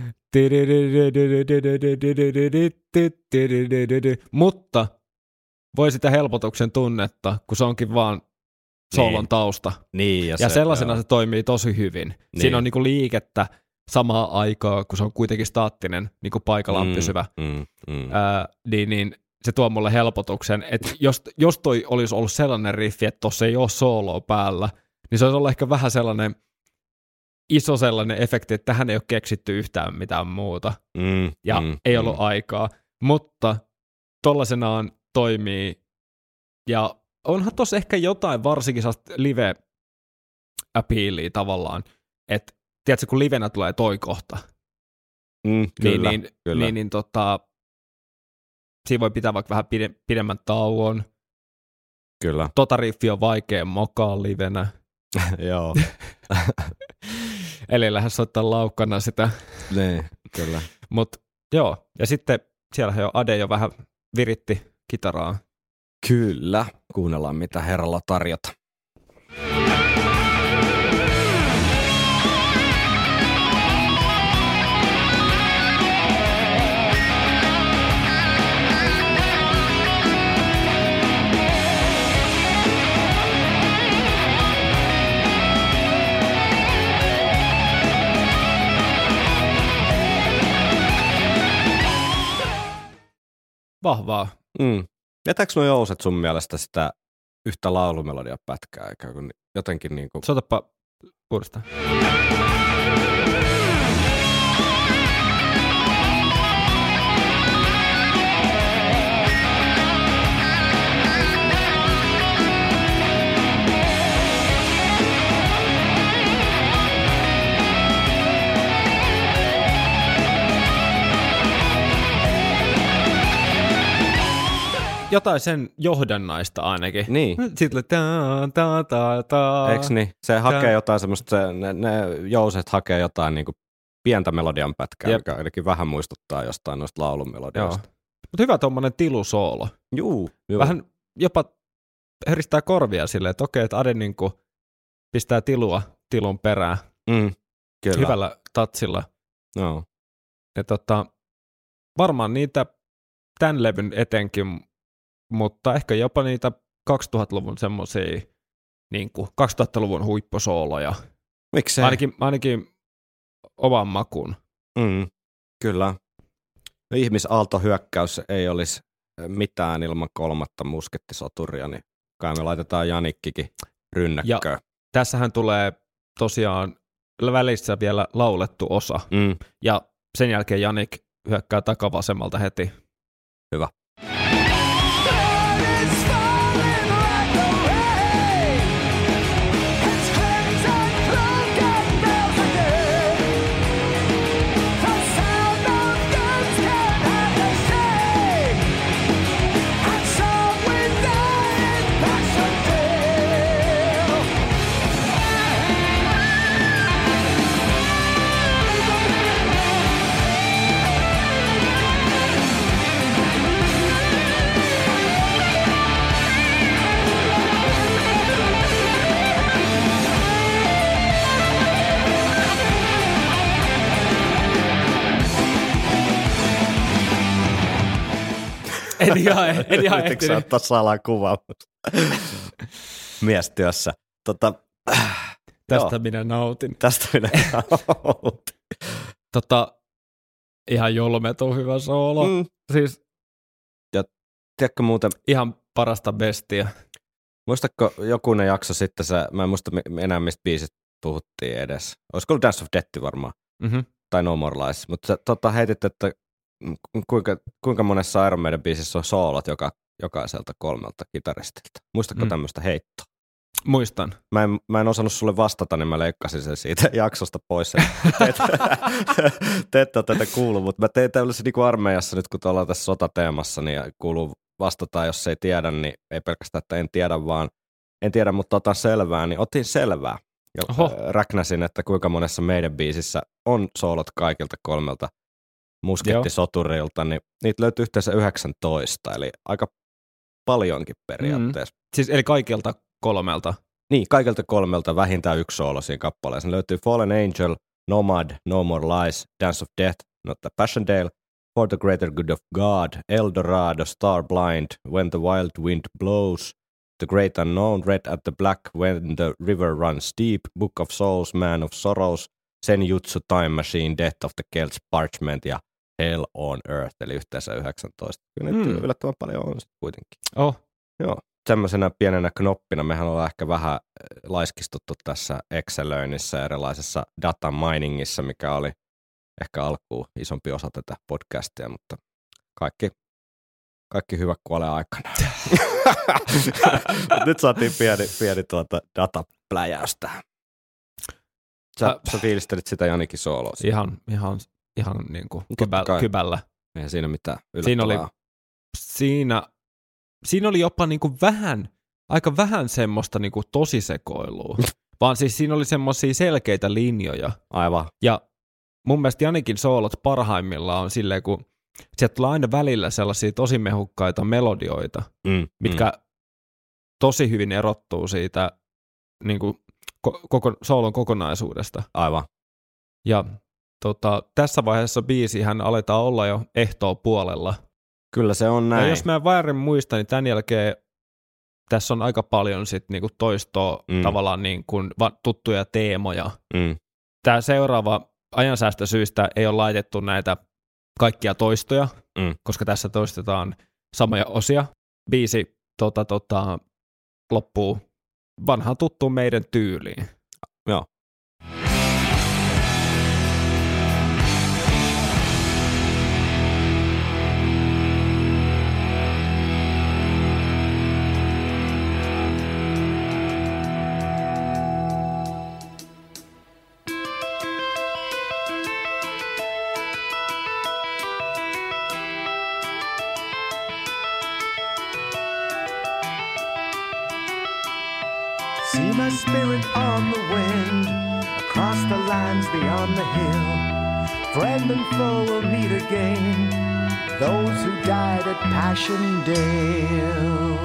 Mutta voi sitä helpotuksen tunnetta, kun se onkin vaan soolon tausta. Niin, ja sellaisena se toimii tosi hyvin. Niin. Siinä on niinku liikettä samaa aikaa, kun se on kuitenkin staattinen, niinku paikallaan pysyvä. Niin se tuo mulle helpotuksen, että jos toi olisi ollut sellainen riffi, että tossa ei ole sooloa päällä, niin se olisi ollut ehkä vähän sellainen iso sellainen efekti, että tähän ei ole keksitty yhtään mitään muuta. Ei ollut aikaa. Mutta tollaisenaan toimii. Ja onhan tossa ehkä jotain varsinkin sellaista live-appealia tavallaan. Että tiedätkö, kun livenä tulee toi kohta. Kyllä. Siinä voi pitää vaikka vähän pidemmän tauon. Kyllä. Riffi on vaikea mokaa livenä. Joo. Eli lähes soittaa laukkana sitä. Niin, kyllä. Mut joo, ja sitten siellä Ade jo vähän viritti kitaraa. Kyllä, kuunnellaan mitä herralla tarjota. vahvaa. Vetääkö nuo jouset sun mielestä sitä yhtä laulumelodia pätkää, eikä jotenkin niinku... Soitapa uudestaan. Jotain sen johdannaista ainakin. Niin. Sitten Eiks niin? Se hakee jotain semmoista, ne jouset hakee jotain niinku pientä melodian pätkää, mikä ainakin vähän muistuttaa jostain noista laulumelodioista. Mutta hyvä tommonen tilusoolo. Juu. Vähän jopa heristää korvia silleen, että okei, että Ade niinku pistää tilun perään. Kyllä. Hyvällä tatsilla. No. Ja varmaan niitä tämän levyn etenkin, mutta ehkä jopa niitä 2000-luvun semmoisia niinku 2000-luvun huippusooloja. Miksei? Ainakin oman makuun. Kyllä. Ihmisaaltohyökkäys ei olisi mitään ilman kolmatta muskettisoturia, niin kai me laitetaan Janikkikin rynnäkköön. Ja tässähän tulee tosiaan välissä vielä laulettu osa. Ja sen jälkeen Janik hyökkää takavasemmalta heti. Hyvä. En ihan ehtinyt. Ottaa salakuva miestyössä. Tästä minä nautin. Ihan jolmetu hyvä soolo. Siis, ja tiedätkö muuten... Ihan parasta bestia. Muistatko jokunen jakso sitten, mä en muista enää mistä biisistä puhuttiin edes. Olisiko ollut Dance of Death varmaan? Tai No More Lies. Mutta heitit, että kuinka monessa Iron Maiden biisissä on soolot jokaiselta 3 kitaristilta. Muistatko tämmöistä heittoa? Muistan. Mä en osannut sulle vastata, niin mä leikkasin sen siitä jaksosta pois. Te ette ole tätä kuullut, mutta mä tein tällaisen niin kuin armeijassa nyt, kun ollaan tässä sotateemassa, niin kuuluu vastata, jos ei tiedä, niin ei pelkästään, että en tiedä, vaan en tiedä, mutta otan selvää, niin otin selvää. Ja räknäsin, että kuinka monessa meidän biisissä on soolot kaikilta 3 muskettisoturilta, niin niitä löytyy yhteensä 19, eli aika paljonkin periaatteessa. Siis eli kaikilta 3? Niin, kaikilta 3 vähintään 1 soolo siinä kappaleessa. Ne löytyy Fallen Angel, Nomad, No More Lies, Dance of Death, Not the Passchendaele, For the Greater Good of God, El Dorado, Star Blind, When the Wild Wind Blows, The Great Unknown, Red at the Black, When the River Runs Deep, Book of Souls, Man of Sorrows, Senjutsu, Time Machine, Death of the Celts, Parchment ja Hell on Earth, eli yhteensä 19. Kyllä nyt yllättävän paljon on kuitenkin. Joo. Tämmöisenä pienenä knoppina mehän ollaan ehkä vähän laiskistuttu tässä Excelöinnissä ja erilaisessa data miningissa, mikä oli ehkä alkuun isompi osa tätä podcastia, mutta kaikki hyvä kuolee aikana. Nyt saatiin pieni datapläjäystä. Sä fiilistelit sitä Janikin sooloa. Ihan niin kuin kybällä. Eihän siinä mitään yllättävää. Siinä oli jopa niin kuin aika vähän semmoista niin kuin tosisekoilua, vaan siis siinä oli semmoisia selkeitä linjoja. Aivan. Ja mun mielestä Janikin soolot parhaimmillaan on silleen, kun sieltä tulee aina välillä sellaisia tosi mehukkaita melodioita, mitkä tosi hyvin erottuu siitä niin kuin soolon kokonaisuudesta. Aivan. Ja tässä vaiheessa biisihän aletaan olla jo ehtoo puolella. Kyllä se on näin. Ja jos mä väärin muistan, niin tämän jälkeen tässä on aika paljon sit niinku toistoa tavallaan niinku tuttuja teemoja. Tämä seuraava ajansäästösyistä ei ole laitettu näitä kaikkia toistoja, koska tässä toistetaan samoja osia. Biisi loppuu vanhaan tuttuun meidän tyyliin. Joo. See my spirit on the wind, across the lands beyond the hill. Friend and foe will meet again, those who died at Passchendaele.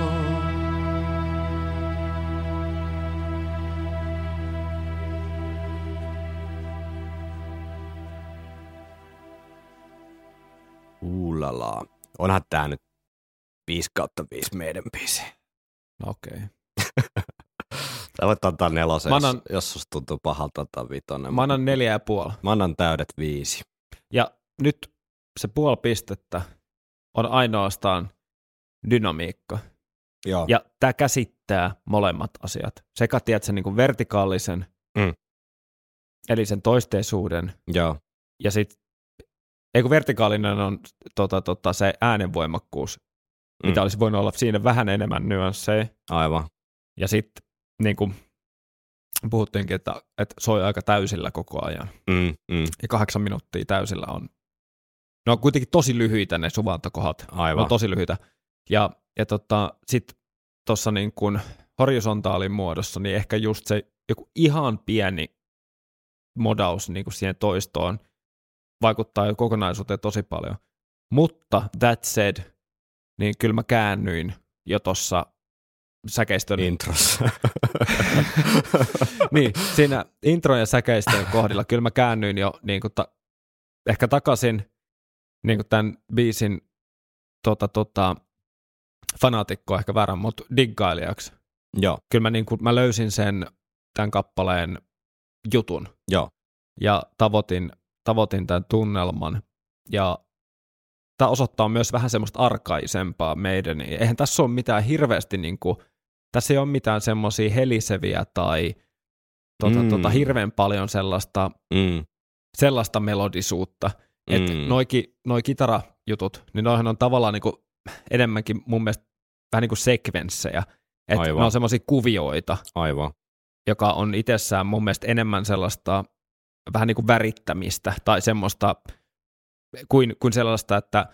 Uulala. Onhan tää nyt 5/5 meidän biisi. No okei. Sä voit antaa 4, jos susta tuntuu pahalta antaa 5. Mä annan 4,5. Mä annan täydet 5. Ja nyt se 0,5 pistettä on ainoastaan dynamiikka. Joo. Ja tää käsittää molemmat asiat. Sekä tiedätkö niin kuin vertikaalisen, eli sen toisteisuuden. Joo. Ja sitten, kun vertikaalinen on se äänenvoimakkuus, mitä olisi voinut olla siinä vähän enemmän nyansseja. Aivan. Ja sitten niin kuin puhuttiinkin, että soi aika täysillä koko ajan. Ja 8 minuuttia täysillä on. Ne on kuitenkin tosi lyhyitä ne suvantokohdat. Aivan. Ne on tosi lyhyitä. Ja sitten tuossa niin kuin horisontaalin muodossa, niin ehkä just se joku ihan pieni modaus niin kuin siihen toistoon vaikuttaa jo kokonaisuuteen tosi paljon. Mutta that said, niin kyllä mä käännyin jo tuossa säkeistön introssa. niin, siinä intro- ja säkeistön kohdilla kyllä mä käännyin jo niin kuin ehkä takaisin niin kuin tämän biisin fanaatikko ehkä väärän, mutta diggailijaksi. Joo. Kyllä mä löysin tämän kappaleen jutun. Joo. Ja tavoitin tämän tunnelman. Ja tämä osoittaa myös vähän semmoista arkaisempaa meidän. Eihän tässä ole mitään hirveästi, tässä ei ole mitään semmoisia heliseviä tai hirveän paljon sellaista melodisuutta. Että noi kitarajutut, niin noihan on tavallaan enemmänkin mun mielestä vähän niin kuin sekvenssejä. Että ne on semmoisia kuvioita, aivan, joka on itsessään mun mielestä enemmän sellaista vähän niin kuin värittämistä tai semmoista kuin sellaista, että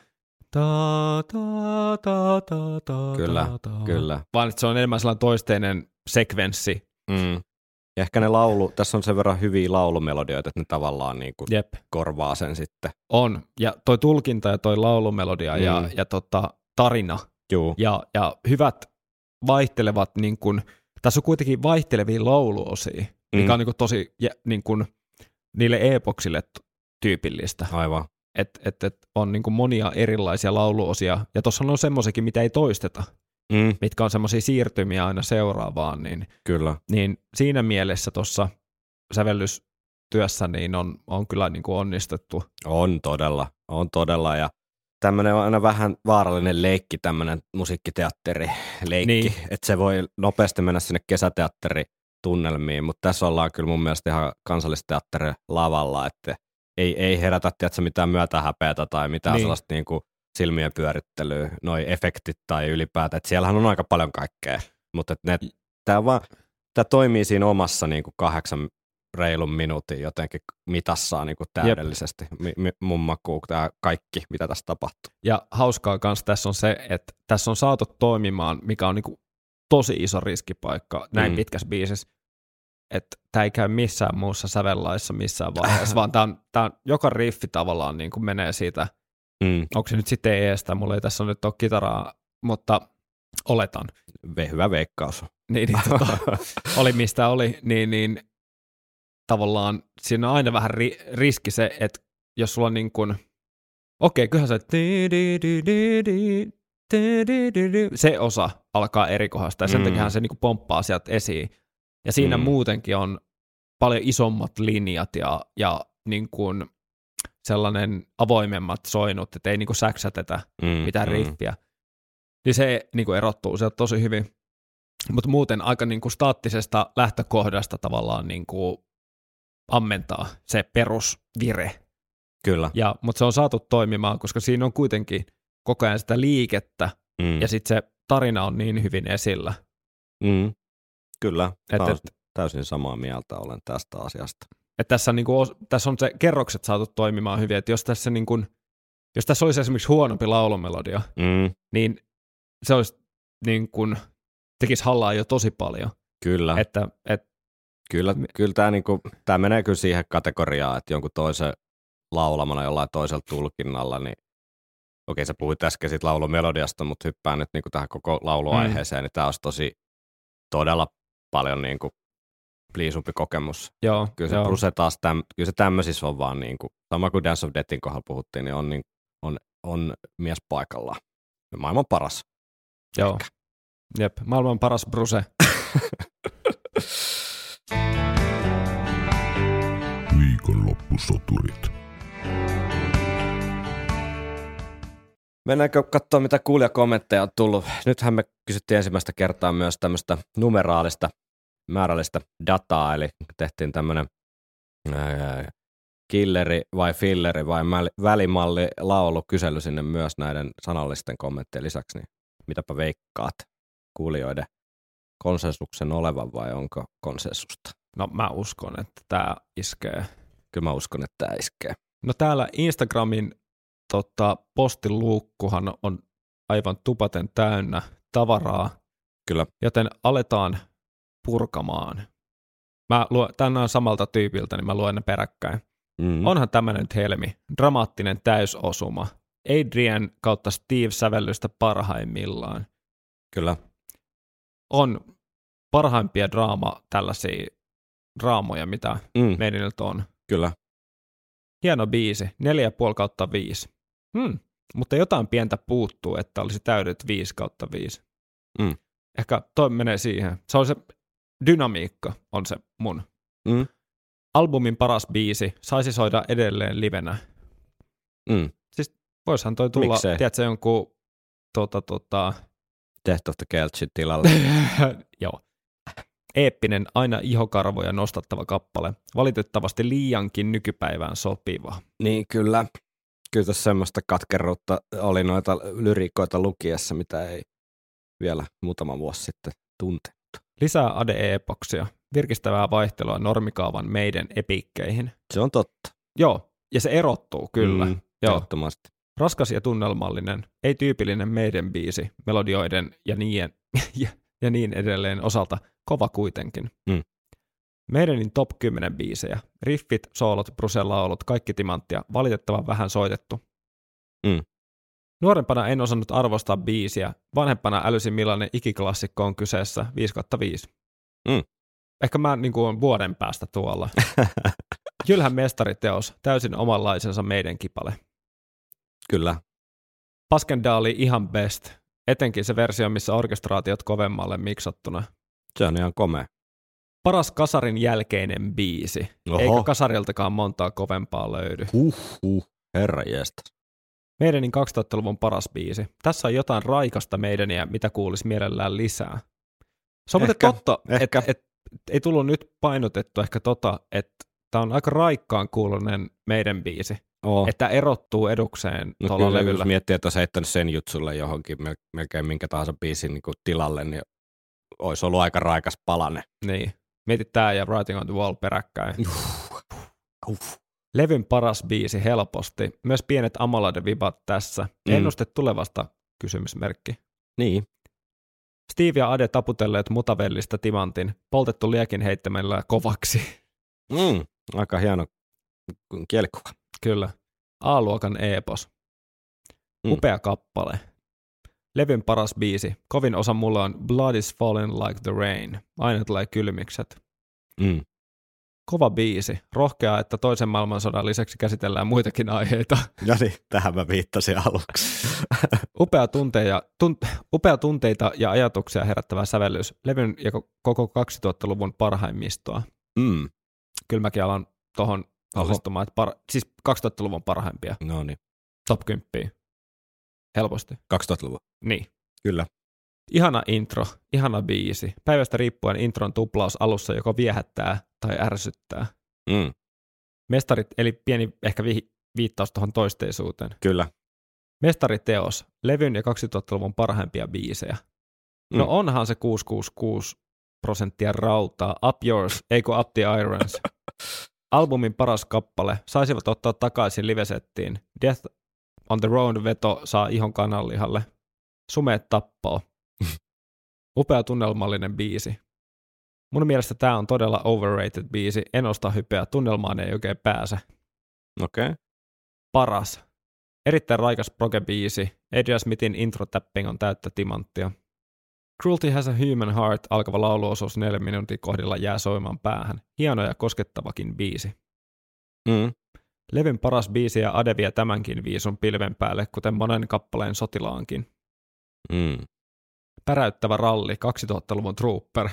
Kyllä. Vaan että se on enemmän sellainen toisteinen sekvenssi. Ja ehkä tässä on sen verran hyviä laulumelodioita, että ne tavallaan niin kuin korvaa sen sitten. On, ja toi tulkinta ja toi laulumelodia ja tarina ja hyvät vaihtelevat, niin kuin, tässä on kuitenkin vaihtelevia lauluosia, mikä on niin kuin tosi niin kuin, niille epoksille tyypillistä. Aivan. Että on niin kuin monia erilaisia lauluosia, ja tuossa on semmoisiakin, mitä ei toisteta, mitkä on semmoisia siirtymiä aina seuraavaan, Kyllä. Niin siinä mielessä tuossa sävellystyössä niin on kyllä niin kuin onnistettu. On todella, ja tämmöinen on aina vähän vaarallinen leikki, tämmöinen musiikkiteatterileikki, niin. Että se voi nopeasti mennä sinne kesäteatteritunnelmiin, mutta tässä ollaan kyllä mun mielestä ihan kansallisteatterin lavalla, että ei herätä mitään myötähäpeätä tai mitään sellaista niin kuin silmien pyörittelyä, noi efektit tai ylipäätään, että siellähän on aika paljon kaikkea, mutta tämä toimii siinä omassa niin kuin 8 reilun minuutin jotenkin mitassaan niin kuin täydellisesti mun makuun tämä kaikki, mitä tässä tapahtuu. Ja hauskaa kanssa tässä on se, että tässä on saatu toimimaan, mikä on niin kuin tosi iso riskipaikka näin pitkässä biisissä, että tämä ei käy missään muussa sävellaissa missään vaiheessa, vaan tämä on joka riffi tavallaan niin kuin menee siitä, onko se nyt sitten eestä, mulla ei tässä nyt ole kitaraa, mutta oletan. Hyvä veikkaus. Oli mistä oli, niin tavallaan siinä on aina vähän riski se, että jos sulla on niin kuin, kyllähän se osa alkaa eri kohdasta ja sen takia se niin kuin pomppaa sieltä esiin. Ja siinä muutenkin on paljon isommat linjat ja niin kuin sellainen avoimemmat soinut, että ei niin kuin säksätetä mitään riffiä. Niin se niin kuin erottuu sieltä tosi hyvin. Mutta muuten aika niin kuin staattisesta lähtökohdasta tavallaan niin kuin ammentaa se perusvire. Kyllä. Mutta se on saatu toimimaan, koska siinä on kuitenkin koko ajan sitä liikettä, ja sitten se tarina on niin hyvin esillä. Kyllä, täysin samaa mieltä olen tästä asiasta. Että tässä on se kerrokset saatu toimimaan hyvin, että jos tässä olisi esimerkiksi huonompi laulumelodia, niin se olisi niin kuin, tekisi hallaa jo tosi paljon. Kyllä. Kyllä tämä menee kyllä siihen kategoriaan, että jonkun toisen laulamana jollain toisella tulkinnalla, niin okei, sä puhuit äsken siitä laulumelodiasta, mutta hyppään nyt niin kuin tähän koko lauluaiheeseen, niin tämä olisi todella paljon niin kuin pliisumpi kokemus. Joo, kyllä se Bruce taas, kyllä se tämmöisissä on vaan niin kuin, sama kuin Dance of Deathin kohdalla puhuttiin, niin on mies paikallaan. Maailman paras. Joo. Ehkä. Jep, maailman paras Bruce. Viikonloppusoturit. Mennäänkö katsoa, mitä kuulijakommentteja on tullut? Nythän me kysyttiin ensimmäistä kertaa myös tämmöistä numeraalista, määrällistä dataa, eli tehtiin tämmöinen killeri vai filleri vai välimalli laulukysely sinne myös näiden sanallisten kommenttien lisäksi, niin mitäpä veikkaat kuulijoiden konsensuksen olevan vai onko konsensusta? No mä uskon, että tämä iskee. Kyllä mä uskon, että tämä iskee. No täällä Instagramin postiluukkuhan on aivan tupaten täynnä tavaraa. Kyllä. Joten aletaan purkamaan. Tänään on samalta tyypiltä, niin mä luen ne peräkkäin. Onhan tämmöinen nyt helmi. Dramaattinen täysosuma. Adrian kautta Steve sävellystä parhaimmillaan. Kyllä. On parhaimpia tällaisia draamoja, mitä meidäniltä on. Kyllä. Hieno biisi. 4,5/5. Mutta jotain pientä puuttuu, että olisi täydet 5/5. Ehkä toi menee siihen. Se on se dynamiikka, on se mun. Albumin paras biisi, saisi soida edelleen livenä. Siis voisihan toi tulla, tiedätkö, jonkun Death of the Kelchin tilalle. Joo. Eeppinen, aina ihokarvoja nostattava kappale. Valitettavasti liiankin nykypäivään sopiva. Niin kyllä. Kyllä tässä semmoista katkeruutta oli noita lyriikoita lukiessa, mitä ei vielä muutama vuosi sitten tuntenut. Lisää ade-epoksia. Virkistävää vaihtelua normikaavan meidän epikkeihin. Se on totta. Joo, ja se erottuu kyllä. Joo. Ehdottomasti. Raskas ja tunnelmallinen, ei tyypillinen meidän biisi, melodioiden ja niin edelleen osalta, kova kuitenkin. Meidänin top 10 biisejä, riffit, soolot, Bruce-laulut, kaikki timanttia, valitettavan vähän soitettu. Nuorempana en osannut arvostaa biisiä, vanhempana älysin millainen ikiklassikko on kyseessä 5/5. Ehkä mä niin kuin on vuoden päästä tuolla. Kylhän mestariteos, täysin omanlaisensa meidän kipale. Kyllä. Paskendaali ihan best, etenkin se versio, missä orkestraatiot kovemmalle miksattuna. Se on ihan komea. Paras kasarin jälkeinen biisi. Oho. Eikä kasariltakaan montaa kovempaa löydy. Herranjestas. Meidänin 2000-luvun paras biisi. Tässä on jotain raikasta meidäniä, mitä kuulisi mielellään lisää. Se on muuten totta, että ei tullut nyt painotettu ehkä että tämä on aika raikkaan kuulonen meidän biisi. Että erottuu edukseen tuolla levyllä. Jos miettii, että olisi heittänyt sen jutsulle johonkin melkein minkä tahansa biisin niin kuin tilalle, niin olisi ollut aika raikas palane. Niin. Mietit tää ja Writing on the Wall peräkkäin. Levyn paras biisi helposti. Myös pienet Amalade-vibat tässä. Ennuste tulevasta, kysymysmerkki. Niin. Steve ja Ade taputelleet mutavellista timantin. Poltettu liekin heittämällä kovaksi. Aika hieno kielikuva. Kyllä. A-luokan epos. Upea kappale. Levyn paras biisi. Kovin osa mulle on Blood is falling like the rain. Aina tulee kylmikset. Kova biisi. Rohkeaa, että toisen maailmansodan lisäksi käsitellään muitakin aiheita. Ja niin, tähän mä viittasin aluksi. Upea tunteita ja ajatuksia herättävä sävellys. Levyn ja koko 2000-luvun parhaimmistoa. Kyllä mäkin alan tohon osallistumaan, että siis 2000-luvun parhaimpia. No niin. Top 10. Helposti. 2000-luvun? Niin. Kyllä. Ihana intro, ihana biisi. Päivästä riippuen intron tuplaus alussa joko viehättää tai ärsyttää. Mestarit, eli pieni ehkä viittaus tuohon toisteisuuteen. Kyllä. Mestariteos, levyn ja 2000-luvun parhaimpia biisejä. No onhan se 666% rautaa. Up Yours, eikö Up the Irons. Albumin paras kappale. Saisivat ottaa takaisin livesettiin. Death on the Road veto saa ihon kananlihalle. Sumeet tappoo. Upea tunnelmallinen biisi. Mun mielestä tää on todella overrated biisi. En osta hypeä. Tunnelmaan ei oikein pääse. Okei. Paras. Erittäin raikas proge-biisi. Adrian Smithin intro-tapping on täyttä timanttia. Cruelty Has a Human Heart alkava lauluosuus 4 minuutin kohdilla jää soimaan päähän. Hieno ja koskettavakin biisi. Levyn paras biisi ja Ade vie tämänkin viisun pilven päälle, kuten monen kappaleen sotilaankin. Päräyttävä ralli, 2000-luvun Trooper.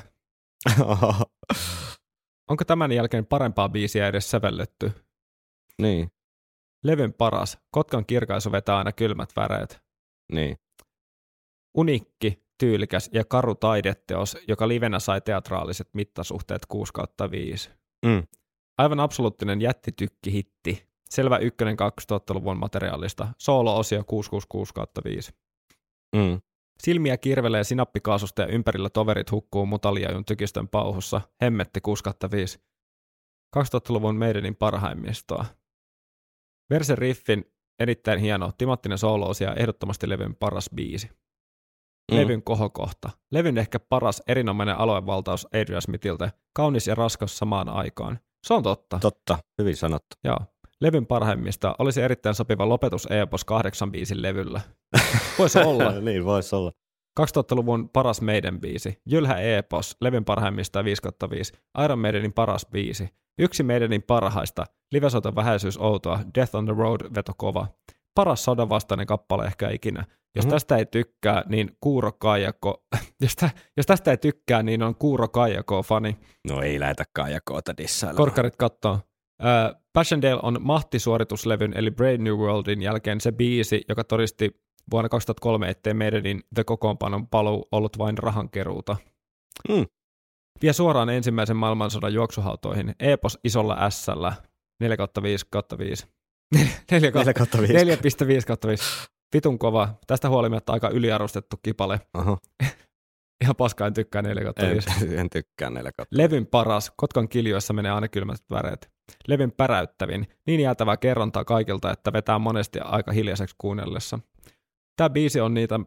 Onko tämän jälkeen parempaa biisiä edes sävelletty? Niin. Levyn paras, Kotkan kirkaisu vetää aina kylmät väreet. Niin. Unikki, tyylikäs ja karu taideteos, joka livenä sai teatraaliset mittasuhteet 6/5. Aivan absoluuttinen jättitykki-hitti. Selvä ykkönen 2000-luvun materiaalista. Soolo-osio 666/5. Silmiä kirvelee sinappikaasusta ja ympärillä toverit hukkuu mutaliajun tykistön pauhussa. Hemmetti 6/5. 2000-luvun Maidenin parhaimmistoa. Verse riffin erittäin hieno, timattinen soolo-osio ehdottomasti levyn paras biisi. Levyn kohokohta. Levyn ehkä paras erinomainen aluevaltaus Adrian Smithiltä. Kaunis ja raskas samaan aikaan. Se on totta. Totta, hyvin sanottu. Joo. Levyn parhaimmista olisi erittäin sopiva lopetus Epos 8 biisin levyllä. Voisi olla. Niin, voisi olla. 2000-luvun paras Maiden biisi. Jylhä Epos, levyn parhaimmista 5/5. Iron Maidenin paras biisi. Yksi Maidenin parhaista. Livesoiton vähäisyys outoa. Death on the Road veto kova. Paras sodanvastainen kappale ehkä ikinä. Jos tästä ei tykkää, niin Kuuro Kaijako. Jos tästä ei tykkää, niin on Kuuro Kaijako fani. No ei lähdetä Kaijakoota dissailemaan. Korkkarit kattoo. Passchendaele on mahtisuorituslevyn eli Brave New Worldin jälkeen se biisi, joka todisti vuonna 2003, ettei Maidenin The kokoonpanon paluu ollut vain rahankeruuta. Vie suoraan ensimmäisen maailmansodan juoksuhautoihin. Epos isolla S-llä 4/5/5. 4,5/5. Vitun kova. Tästä huolimatta aika yliarvostettu kipale. Ihan paska, en tykkää 4/5. En tykkää 4/5. Levyn paras. Kotkan kiljoissa menee aina kylmät väreet. Levyn päräyttävin. Niin jäätävää kerrontaa kaikilta, että vetää monesti aika hiljaiseksi kuunnellessa. Tämä biisi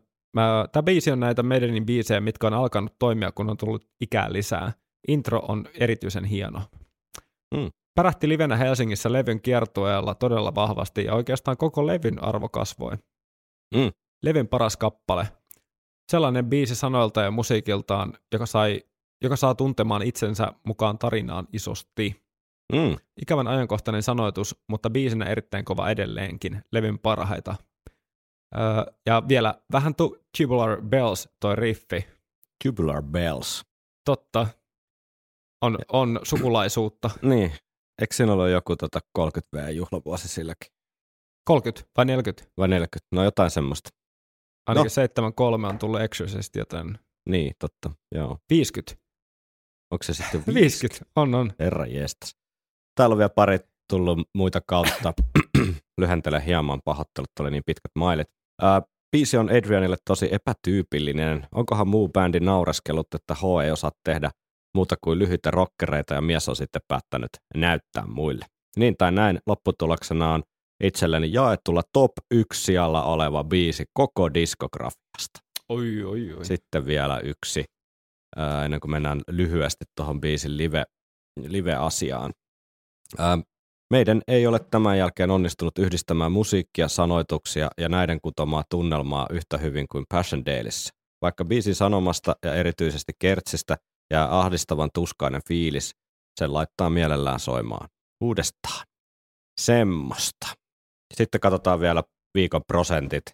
on näitä Maidenin biisejä, mitkä on alkanut toimia, kun on tullut ikää lisää. Intro on erityisen hieno. Pärähti livenä Helsingissä levyn kiertueella todella vahvasti ja oikeastaan koko levyn arvo kasvoi. Levyn paras kappale. Sellainen biisi sanoilta ja musiikiltaan, joka saa tuntemaan itsensä mukaan tarinaan isosti. Ikävän ajankohtainen sanoitus, mutta biisinä erittäin kova edelleenkin. Levyn parhaita. Ja vielä vähän Tubular Bells toi riffi. Tubular Bells. Totta. On sukulaisuutta. Niin. Eikö siinä ollut joku 30V-juhlavuosi silläkin? 30 vai 40? Vai 40? No jotain semmoista. Ainakin 73 on tullut Exorcist, joten... Niin, totta. Joo. 50. Onko se sitten 50? On. Herra jestas. Täällä on vielä pari tullut muita kautta. Lyhentele hieman, pahoittelut, oli niin pitkät mailit. Biisi on Adrianille tosi epätyypillinen. Onkohan muu bändi naureskellut, että H ei osaa tehdä muuta kuin lyhyitä rockereita ja mies on sitten päättänyt näyttää muille. Niin tai näin, lopputuloksena on itselleni jaettulla top 1 sijalla oleva biisi koko diskografiasta. Oi. Sitten vielä yksi, ennen kuin mennään lyhyesti tuohon biisin live-asiaan. Meidän ei ole tämän jälkeen onnistunut yhdistämään musiikkia, sanoituksia ja näiden kutomaa tunnelmaa yhtä hyvin kuin Passchendaelessä. Vaikka biisin sanomasta ja erityisesti kertsistä jää ahdistavan tuskainen fiilis, sen laittaa mielellään soimaan uudestaan. Semmosta. Sitten katsotaan vielä viikon prosentit.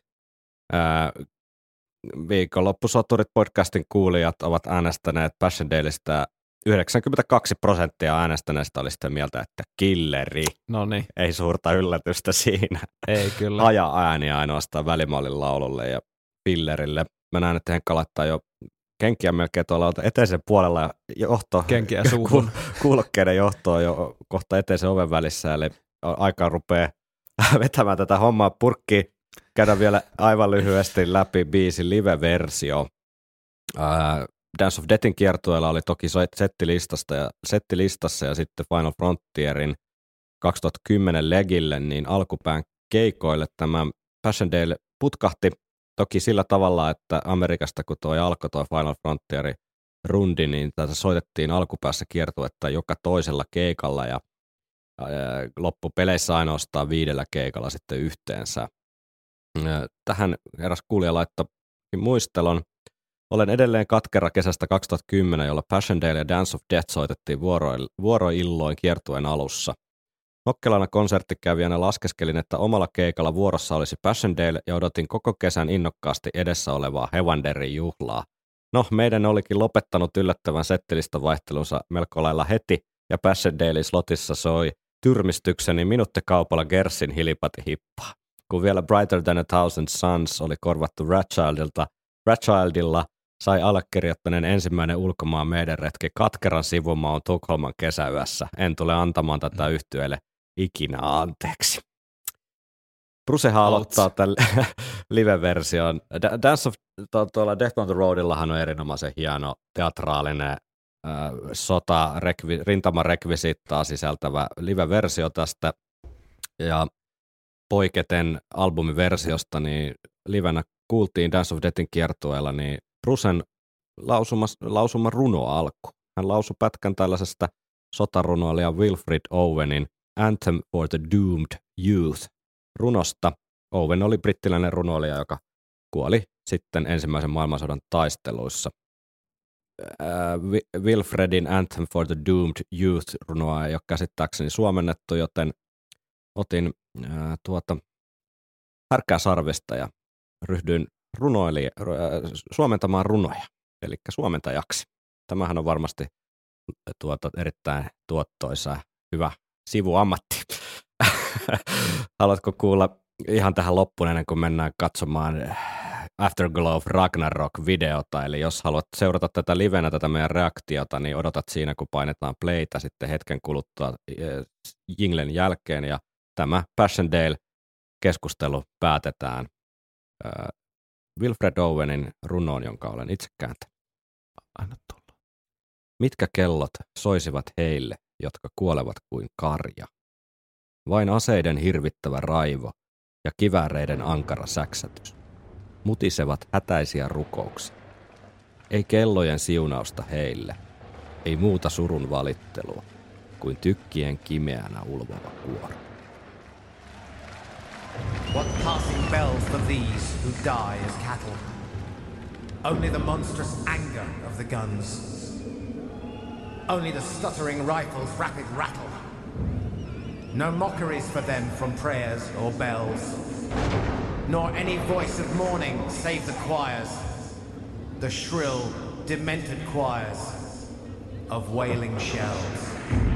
Viikonloppusoturit podcastin kuulijat ovat äänestäneet Passchendaelesta. 92% äänestäneistä oli sitä mieltä, että killeri. Noniin. Ei suurta yllätystä siinä. Ei kyllä. Aja ääni ainoastaan välimallin laululle ja pillerille. mä näen, että Henkka laittaa jo kenkiä melkein tuolla eteisen puolella ja johto, kenkiä suuhun. Kuulokkeiden johtoa jo kohta eteisen oven välissä, eli aika rupeaa vetämään tätä hommaa purkkiin. Käydään vielä aivan lyhyesti läpi biisin live-versio. Dance of Deathin kiertueella oli toki settilistassa ja sitten Final Frontierin 2010 legille, niin alkupään keikoille tämä Passchendaele putkahti toki sillä tavalla, että Amerikasta kun alkoi Final Frontierin rundi, niin tässä soitettiin alkupäässä kiertuetta joka toisella keikalla ja loppupeleissä ainoastaan 5 keikalla sitten yhteensä. Tähän eräs kuulija laittoi muistelon. Olen edelleen katkera kesästä 2010, jolla Passchendaele ja Dance of Death soitettiin vuoroilloin kiertueen alussa. Nokkelana konserttikävijänä laskeskelin, että omalla keikalla vuorossa olisi Passchendaele ja odotin koko kesän innokkaasti edessä olevaa Hevanderin juhlaa. No, meidän olikin lopettanut yllättävän settilistä vaihtelunsa melko lailla heti ja Passchendaelen slotissa soi tyrmistykseni minuuttikaupalla Gersin hilipati hippaa. Kun vielä Brighter Than a Thousand Suns oli korvattu Ratchildilla, sai allekirjoittaneen ensimmäinen ulkomaan meidän retki katkeran sivumaun Tukholman kesäyössä. En tule antamaan tätä yhtyeelle ikinä anteeksi. Brucehan aloittaa tämän live-version. Dance of Death on the Roadillahan on erinomaisen hieno teatraalinen rintamarekvisiittaa sisältävä live-versio tästä. Ja poiketen albumiversiosta, niin livenä kuultiin Dance of Deathin kiertueella, niin Brucen lausuma runo alku. Hän lausui pätkän tällaisesta sotarunoilija Wilfred Owenin Anthem for the Doomed Youth runosta. Owen oli brittiläinen runoilija, joka kuoli sitten ensimmäisen maailmansodan taisteluissa. Wilfredin Anthem for the Doomed Youth runoa ei ole käsittääkseni suomennettu, joten otin härkää sarvesta ja ryhdyin suomentamaan runoja, eli suomentajaksi. Tämähän on varmasti erittäin tuottoisa, hyvä sivuammatti. Haluatko kuulla ihan tähän loppuun ennen kuin mennään katsomaan Afterglow of Ragnarok-videota, eli jos haluat seurata tätä livenä, tätä meidän reaktiota, niin odotat siinä, kun painetaan playtä sitten hetken kuluttua jinglen jälkeen, ja tämä Passchendaele-keskustelu päätetään Wilfred Owenin runoon, jonka olen itse kääntänyt. Anna tulla. Mitkä kellot soisivat heille, jotka kuolevat kuin karja? Vain aseiden hirvittävä raivo ja kivääreiden ankara säksätys. Mutisevat hätäisiä rukouksia. Ei kellojen siunausta heille, ei muuta surun valittelua kuin tykkien kimeänä ulvova kuoro. What passing bells for these who die as cattle? Only the monstrous anger of the guns. Only the stuttering rifles' rapid rattle. No mockeries for them from prayers or bells, nor any voice of mourning save the choirs, the shrill, demented choirs of wailing shells.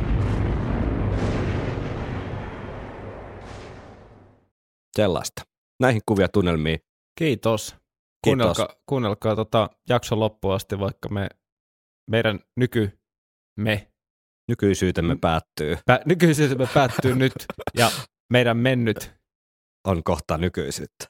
Sellaista. Näihin kuvia tunnelmiin. Kiitos. Kuunnelkaa jakson loppuun asti, vaikka meidän nykyisyytemme päättyy. Nykyisyytemme päättyy nyt ja meidän mennyt on kohta nykyisyyttä.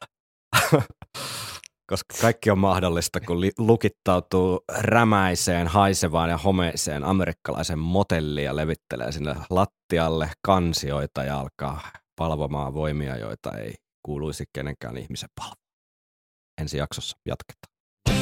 Koska kaikki on mahdollista, kun lukittautuu rämäiseen, haisevaan ja homeiseen amerikkalaisen motelliin ja levittelee sinne lattialle kansioita ja alkaa palvomaan voimia, joita ei kuuluisi kenenkään ihmisen palvoa. Ensi jaksossa jatketaan.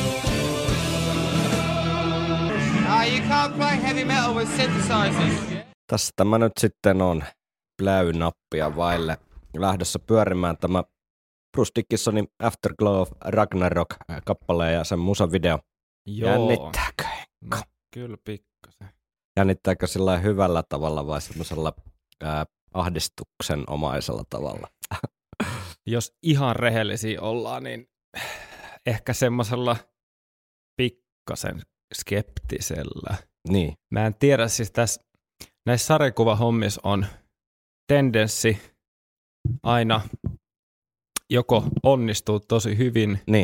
You can't play heavy metal with synthesizers. Tässä tämä nyt sitten on pläy-nappia vaille lähdössä pyörimään tämä Bruce Dickinsonin Afterglow of Ragnarok-kappaleen ja sen musavideo. Jännittääkö? No, kyllä pikkasen. Jännittääkö sillä hyvällä tavalla vai semmoisella ahdistuksen omaisella tavalla? Jos ihan rehellisiä ollaan, niin ehkä semmoisella pikkasen skeptisellä. Niin. Mä en tiedä, siis näissä sarjakuvahommissa on tendenssi aina joko onnistuu tosi hyvin, niin,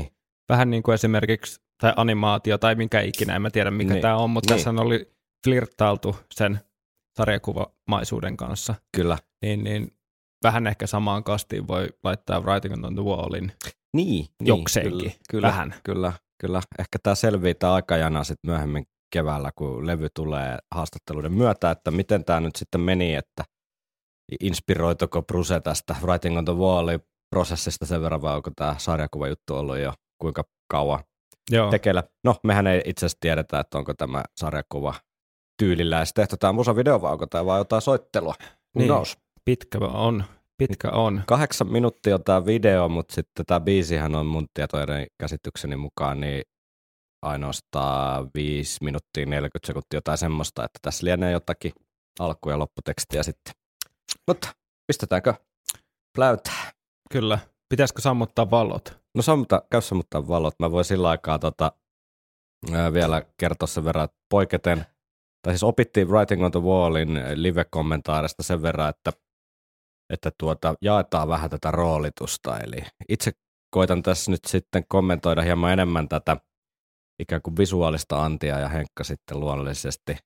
vähän niin kuin esimerkiksi tai animaatio tai mikä ikinä, en mä tiedä mikä Niin. tämä on, mutta Niin. tässä oli flirttailtu sen sarjakuvamaisuuden kanssa. Kyllä. Niin vähän ehkä samaan kastiin voi laittaa Writing on the Wallin Niin, jokseenkin. Kyllä, vähän. Kyllä. Ehkä tämä selviää tää aikajana sitten myöhemmin keväällä, kun levy tulee haastatteluiden myötä, että miten tämä nyt sitten meni, että inspiroituko Bruce tästä Writing on the Wallin prosessista sen verran, vai onko tämä sarjakuvajuttu ollut jo kuinka kauan tekeillä. No, mehän ei itse asiassa tiedetä, että onko tämä sarjakuva tyylillä edes tehty tämä musavideo, vai onko tämä vaan jotain soittelua. Niin, pitkä on. 8 minuuttia on tämä video, mutta sitten tämä biisihän on mun tietojen käsitykseni mukaan niin ainoastaan 5 minuuttia 40 sekuntia jotain semmoista, että tässä lienee jotakin alku- ja lopputekstiä sitten. Mutta pistetäänkö pläytää? Kyllä. Pitäisikö sammuttaa valot? No käy sammuttaa valot. Mä voin sillä aikaa vielä kertoa sen verran, että poiketen, tai siis opittiin Writing on the Wallin live-kommentaarista sen verran, että jaetaan vähän tätä roolitusta. Eli itse koitan tässä nyt sitten kommentoida hieman enemmän tätä ikään kuin visuaalista antia ja Henkka sitten luonnollisesti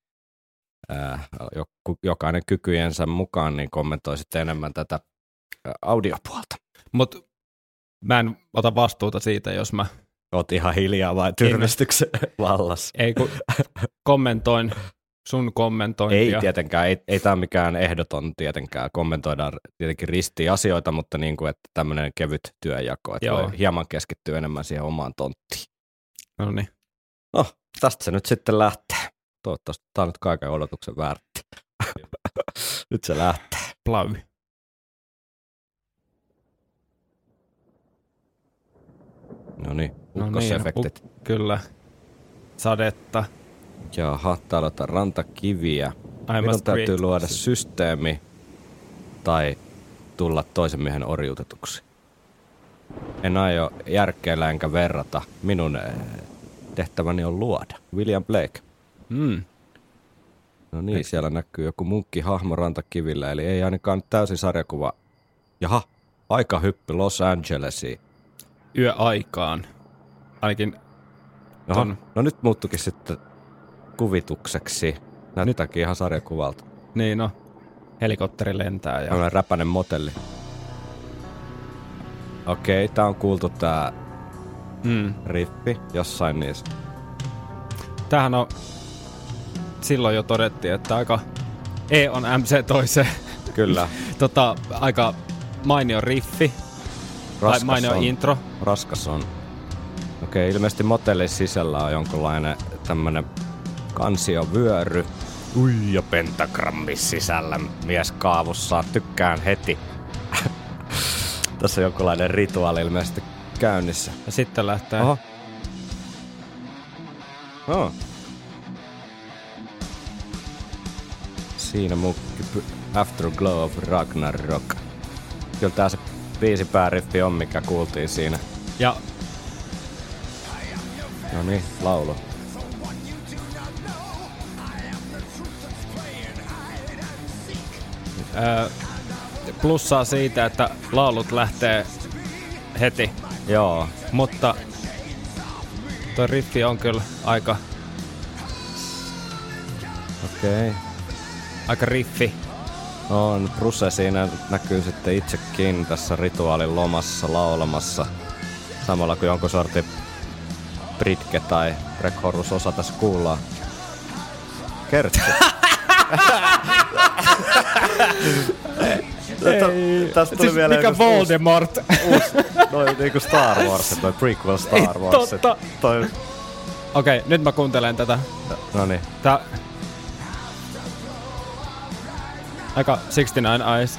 jokainen kykyjensä mukaan niin kommentoi sitten enemmän tätä audiopuolta. Mutta mä en ota vastuuta siitä, jos mä... Oot ihan hiljaa vai tyrmistyksen vallassa? Ei kun kommentoin sun kommentointia. Ei tietenkään, ei tämä mikään ehdoton tietenkään. Kommentoidaan tietenkin ristiin asioita, mutta niin kuin, että tämmöinen kevyt työnjako, että voi hieman keskittyä enemmän siihen omaan tonttiin. No niin. No, tästä se nyt sitten lähtee. Toivottavasti tämä on nyt kaiken odotuksen väärti. Nyt se lähtee. Plau. No niin, ukkosefektit. Kyllä. Sadetta. Jaha, täällä on rantakiviä. Minun täytyy luoda systeemi tai tulla toisen miehen orjuutetuksi. En aio järkkeillä enkä verrata. Minun tehtäväni on luoda. William Blake. No niin, siellä näkyy joku munkkihahmo rantakivillä, eli ei ainakaan täysin sarjakuva. Jaha, aikahyppy Los Angelesiin. Yöaikaan. Ainakin no nyt muuttukin sitten kuvitukseksi. Näyttääkin ihan sarjakuvalta. Niin no, helikopteri lentää. Ja... On räpänen motelli. Okei, tää on kuultu tää riffi jossain niissä. Tämähän on, silloin jo todettiin, että aika E on MC toiseen. Kyllä. Aika mainio riffi. Tai mainio intro. Raskas on. Okei, ilmeisesti motellin sisällä on jonkunlainen tämmönen kansiovyöry. Ja pentagrammi sisällä mies kaavussaan. Tykkään heti. Tässä on jonkunlainen rituaali ilmeisesti käynnissä. Ja sitten lähtee. Oho. Oh. Siinä Afterglow of Ragnarok. Kyllä tää se biisipääriffi on, mikä kuultiin siinä. Ja... No niin, laulu. Plussaa siitä, että laulut lähtee heti. Joo. Mutta toi riffi on kyllä aika... Okei. Aika riffi. On, Bruce siinä näkyy sitten itsekin tässä rituaalin lomassa laulamassa. Samalla kuin jonkun sortin Britke tai Brekhorus osa tässä kuullaan. Kertsi. Tästä tuli vielä mikä Voldemort? Noi niinku Star Wars, toi prequel Star Wars. Totta. Okei, nyt mä kuuntelen tätä. Noniin. Tää... Aika 69 Eyes.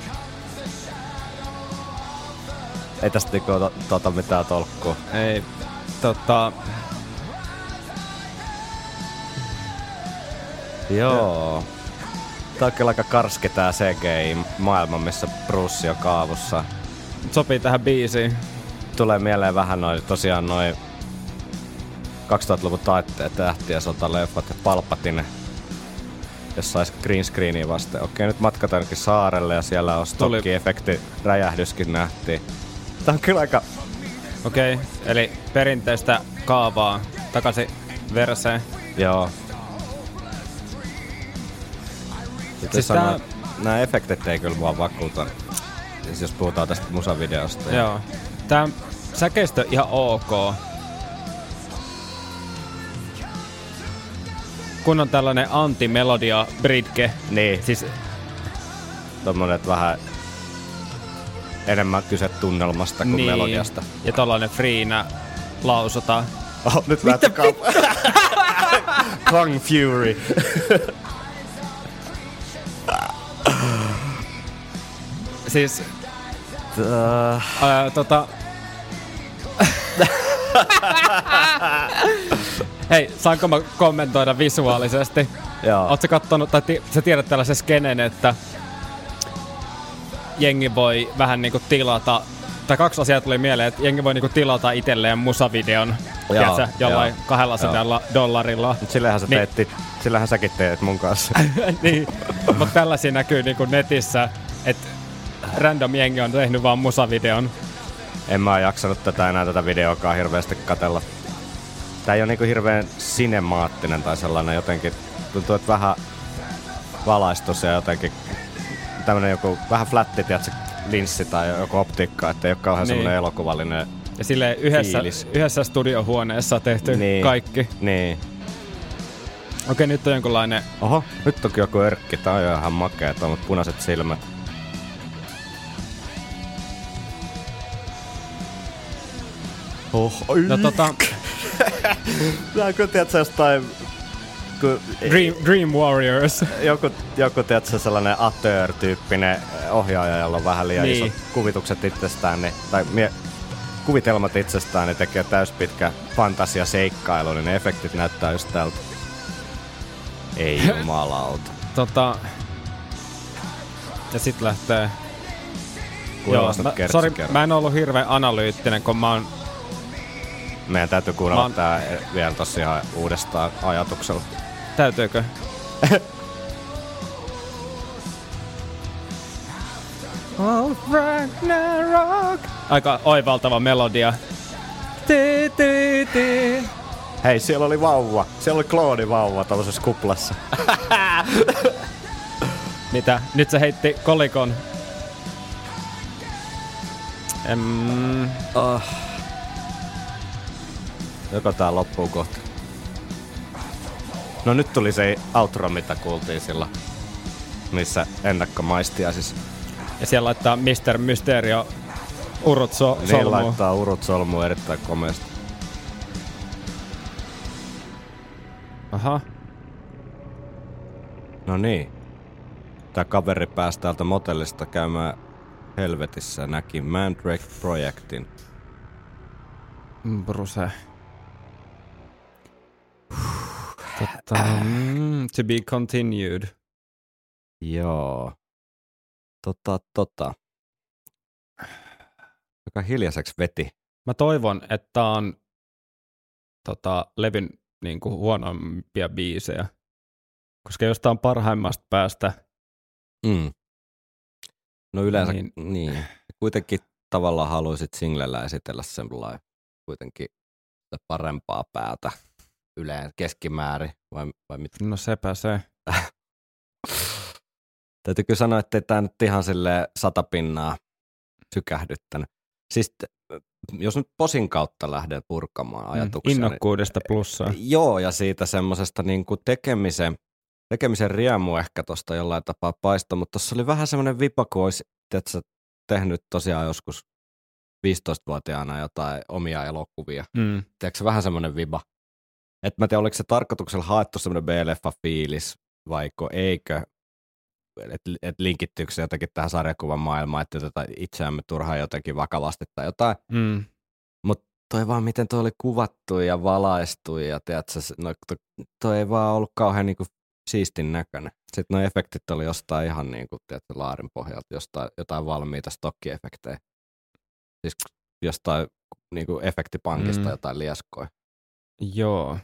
Ei tästä niinku mitään tolkkua. Ei, Joo. Tää on kyllä aika karski tää CGI-maailma, missä Bruce on kaavussa. Sopii tähän biisiin. Tulee mieleen vähän noin 2000-luvun taitteet tähtiä sotaleffat ja Palpatine. Jos sais green screeniin vasten. Okei, nyt matkataan jonkin saarelle ja siellä on stokki-efekti räjähdyskin nähtiin. Tää on kyllä Okei, eli perinteistä kaavaa takaisin verseen. Joo. Siis nämä efektit ei kyllä mua vakuuta, siis jos puhutaan tästä musavideosta. Joo. Tää säkeistö ihan ok. Kun on tällainen anti-melodia bridge. Niin. Siis tommonen vähän enemmän kyse tunnelmasta kuin melodiasta. Ja tollanen friinä lausutaan. Oh, nyt mitä Kung Fury. Siis hei, saanko mä kommentoida visuaalisesti? Joo. Ootko kattonut, tai sä tiedät tällaisen skenen, että jengi voi vähän niinku tilata, tai 2 asiaa tuli mieleen, että jengi voi niinku tilata itselleen musavideon, tiedätkö, jollain $200. Sillähän säkin teet mun kanssa. Niin, mutta tällaisia näkyy niinku netissä, että random jengi on tehnyt vaan musavideon. En mä jaksanut tätä videoakaan hirveästi katsella. Tää ei oo niinku hirveen sinemaattinen tai sellainen jotenkin. Tuntuu, että vähän valaistus ja jotenkin tämmönen joku vähän flatti, tiiätkö, linssi tai joku optiikka, ettei oo kauhean semmonen elokuvallinen ja silleen yhdessä studiohuoneessa tehty kaikki. Niin. Okei, nyt on jonkunlainen... Oho, nyt onkin joku örkki. Tää on jo ihan makea, tuommoit punaiset silmät. No Nää on kyllä, tiiätkö, jostain... Dream Warriors. Joku tiiätkö, sellainen auteur-tyyppinen ohjaaja, jolla on vähän liian isot kuvitukset itsestään, tai kuvitelmat itsestään, niin tekee täyspitkä fantasia-seikkailu, niin ne efektit näyttää just tältä. Ei jumalauta. Ja sit lähtee... Mä en ollut hirveän analyyttinen, kun mä oon... Meidän täytyy kuunnella tää vielä tosiaan uudestaan ajatuksella. Täytyykö? Aika oivaltava melodia. Hei, siellä oli vauva. Siellä oli kloonivauva tällaisessa kuplassa. Mitä? Nyt se heitti kolikon. Joko tää loppuu kohta? No nyt tuli se outro, mitä kuultiin silloin. Missä ennakkomaistia siis. Ja siellä laittaa Mr. Mysterio urut solmuun. Niin laittaa urut solmuun erittäin komeasti. Aha. No niin. Tää kaveri pääsi täältä motellista käymään helvetissä. Näki Mandrake-projektin. Bruce. To be continued. Joo. Aika hiljaiseksi veti. Mä toivon, että tää on levyn niinku huonompia biisejä. Koska jos tää on parhaimmasta päästä. No yleensä niin. Kuitenkin tavallaan haluaisit singlellä esitellä semmoinen kuitenkin parempaa päätä yleensä keskimäärin vai mitä? No sepä se. Täytyy kyllä sanoa, että ei tää nyt ihan silleen 100% sykähdyttänyt. Siis jos nyt posin kautta lähden purkamaan ajatuksia. Innokkuudesta plussaa. Joo, ja siitä semmosesta niinku tekemisen riemu ehkä tosta jollain tapaa paistoi, mutta tossa oli vähän semmoinen vipa, kun olisi tehnyt tosiaan joskus 15-vuotiaana jotain omia elokuvia. Tiedätkö vähän semmoinen viba? Et mä tiedän, oliko se tarkoituksella haettu semmoinen B-leffa-fiilis, vaiko eikö? Et linkittyykö se jotenkin tähän sarjakuvan maailmaan, että itseämme turhaan jotenkin vakavasti tai jotain. Mutta toi vaan, miten toi oli kuvattu ja valaistu ja tiedätkö, toi ei vaan ollut kauhean niinku siistin näköinen. Sitten nuo efektit oli jostain ihan niinku, tiedätkö, laarin pohjalta, jotain valmiita stokkiefektejä. Siis jostain niinku efektipankista jotain lieskoja. Joo.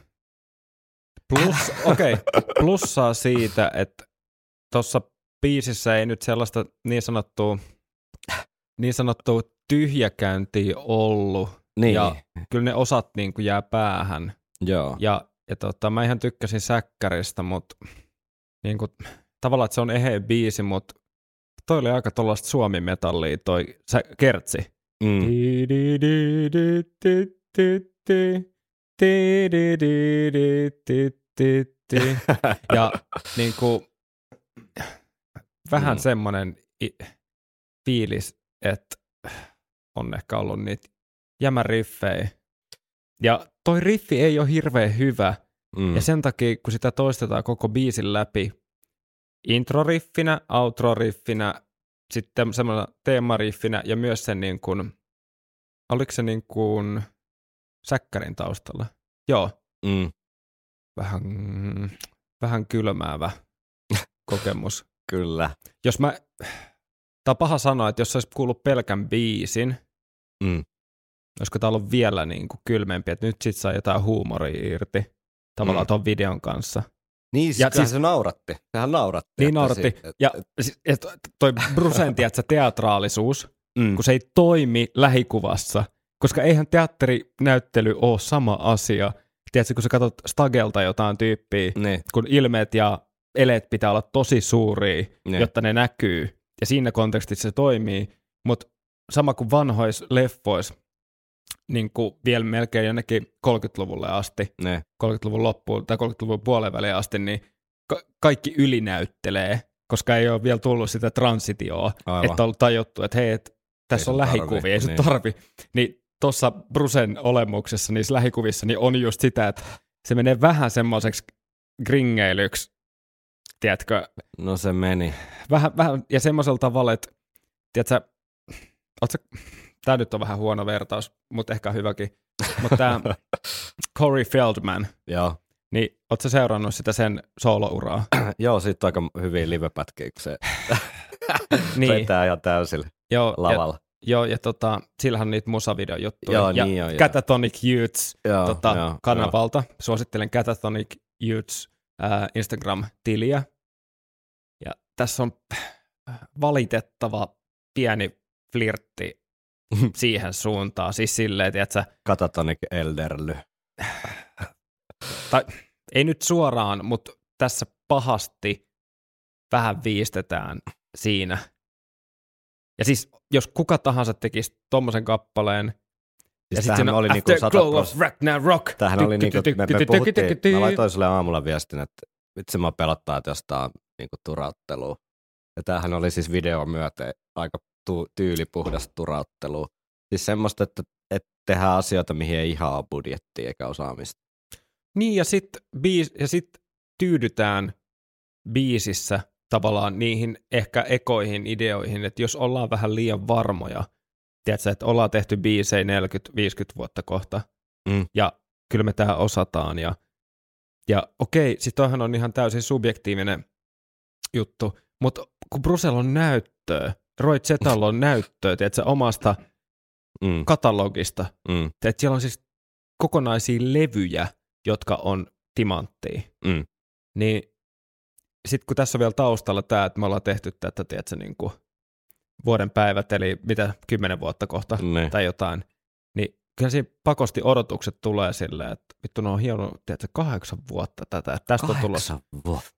Plussaa siitä, että tuossa biisissä ei nyt sellaista niin sanottua tyhjäkäyntiä ollut. Niin. Ja kyllä ne osat niin kuin jää päähän. Joo. Ja mä ihan tykkäsin Säkkäristä, mutta niin kuin, tavallaan, että se on eheä biisi, mutta toi oli aika tollaista suomimetallia toi kertsi. Ja niin kuin, vähän semmoinen fiilis, että on ehkä ollut niitä jämäriffejä. Ja toi riffi ei ole hirveän hyvä, ja sen takia, kun sitä toistetaan koko biisin läpi, intro-riffinä, outro-riffinä, sitten semmoinen teemariffinä, ja myös sen niin kuin, oliko se niin kuin Säkkärin taustalla? Joo. Vähän kylmäävä kokemus. Kyllä. Tää on paha sanoa, että jos olisi kuullut pelkän biisin, olisiko tää ollut vielä niin kuin kylmempi, että nyt sit saa jotain huumoria irti tavallaan ton videon kanssa. Niin, siis se nauratti. Sehän nauratti. Niin nauratti. Ja toi Brucen, tiedätkö, teatraalisuus, kun se ei toimi lähikuvassa, koska eihän teatterinäyttely ole sama asia. Tiedätkö, kun sä katsot Stagelta jotain tyyppiä, kun ilmeet ja eleet pitää olla tosi suuria, jotta ne näkyy. Ja siinä kontekstissa se toimii. Mutta sama kuin vanhoissa leffoissa, niin kuin vielä melkein jonnekin 30-luvulle asti, 30-luvun loppuun tai 30-luvun puolen väliin asti, niin kaikki ylinäyttelee, koska ei ole vielä tullut sitä transitioa, että on tajuttu, että hei, tässä on lähikuvia, ei se tarvi. Niin tuossa Brucen olemuksessa niissä lähikuvissa niin on just sitä, että se menee vähän semmoiseksi gringeilyksi, tiedätkö? No se meni. Vähän ja semmoisella tavalla, että tiedätkö, tämä nyt on vähän huono vertaus, mutta ehkä hyväkin, mutta tämä Corey Feldman, niin ootko seurannut sitä sen soolouraa? Joo, siitä on aika hyviä livepätkiä, kun se niin. vetää ihan täysillä lavalla. Joo, ja sillähän on niitä musavideojuttuja. Joo, ja niin on, Catatonic Youths kanavalta. Suosittelen Catatonic Youths Instagram-tiliä. Ja tässä on valitettava pieni flirtti siihen suuntaan. Siis silleen, tiedätkö? Catatonic Elderly. Tai ei nyt suoraan, mutta tässä pahasti vähän viistetään siinä. Ja siis jos kuka tahansa tekisi tommosen kappaleen, ja sitten siinä oli After niinku Glow of Ragnarok. Tämähän oli niinku, me puhuttiin, mä laitoin sulle aamulla viestin, että vitsi mä pelottaa, että jostain on niinku turauttelua. Ja tämähän oli siis videon myötä aika tyylipuhdas turauttelu. Siis semmoista, että tehdään asioita, mihin ei ihan ole budjettia eikä osaamista. Niin, ja sit tyydytään biisissä tavallaan niihin ehkä ekoihin ideoihin, että jos ollaan vähän liian varmoja, tiedätkö, että ollaan tehty biisejä 40-50 vuotta kohta, ja kyllä me tää osataan, ja okei, sit toihan on ihan täysin subjektiivinen juttu, mutta kun Brucella on näyttöä, Roy Zetalla on näyttöä, tiedätkö, omasta katalogista, että siellä on siis kokonaisia levyjä, jotka on timanttia, niin sitten kun tässä on vielä taustalla tämä, että me ollaan tehty tätä, tiedätkö, niin kuin vuoden päivät, eli mitä 10 vuotta kohta tai jotain, niin kyllä siinä pakosti odotukset tulee silleen, että vittu, ne on hionut, tiedätkö, 8 vuotta tätä. Tästä 8 on tulossa vuotta?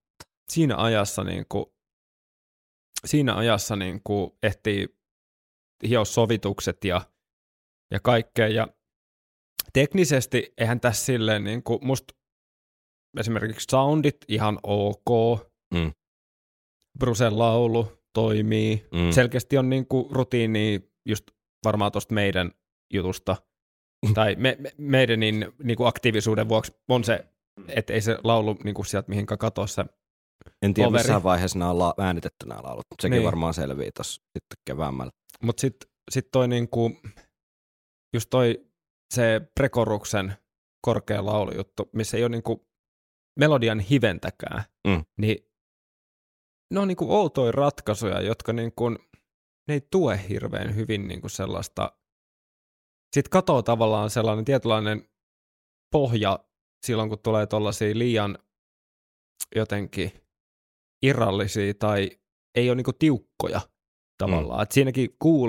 Siinä ajassa niin kuin ehtii hioa sovitukset ja kaikkea, ja teknisesti eihän tässä silleen, niin kuin musta esimerkiksi soundit ihan ok, Brucen laulu toimii, selkeästi on niin kuin rutiini just varmaan tuosta meidän jutusta, tai meidän niin kuin aktiivisuuden vuoksi on se, että ei se laulu niin kuin sieltä mihinkään katoa se en tiedä poveri. Missään vaiheessa nämä on äänitetty nämä laulut, mutta sekin varmaan selvii tuossa sitten keväämällä. Mutta sit toi niinku, just toi se Prekoruksen korkea laulujuttu, missä ei ole niinku melodian hiventäkään, niin ne on niinku outoja ratkaisuja, jotka niinku, ne ei tue hirveän hyvin niinku sellaista. Sitten katoo tavallaan sellainen tietynlainen pohja silloin, kun tulee tollaisia liian jotenkin irrallisia tai ei ole niinku tiukkoja tavallaan. Et siinäkin kuuli,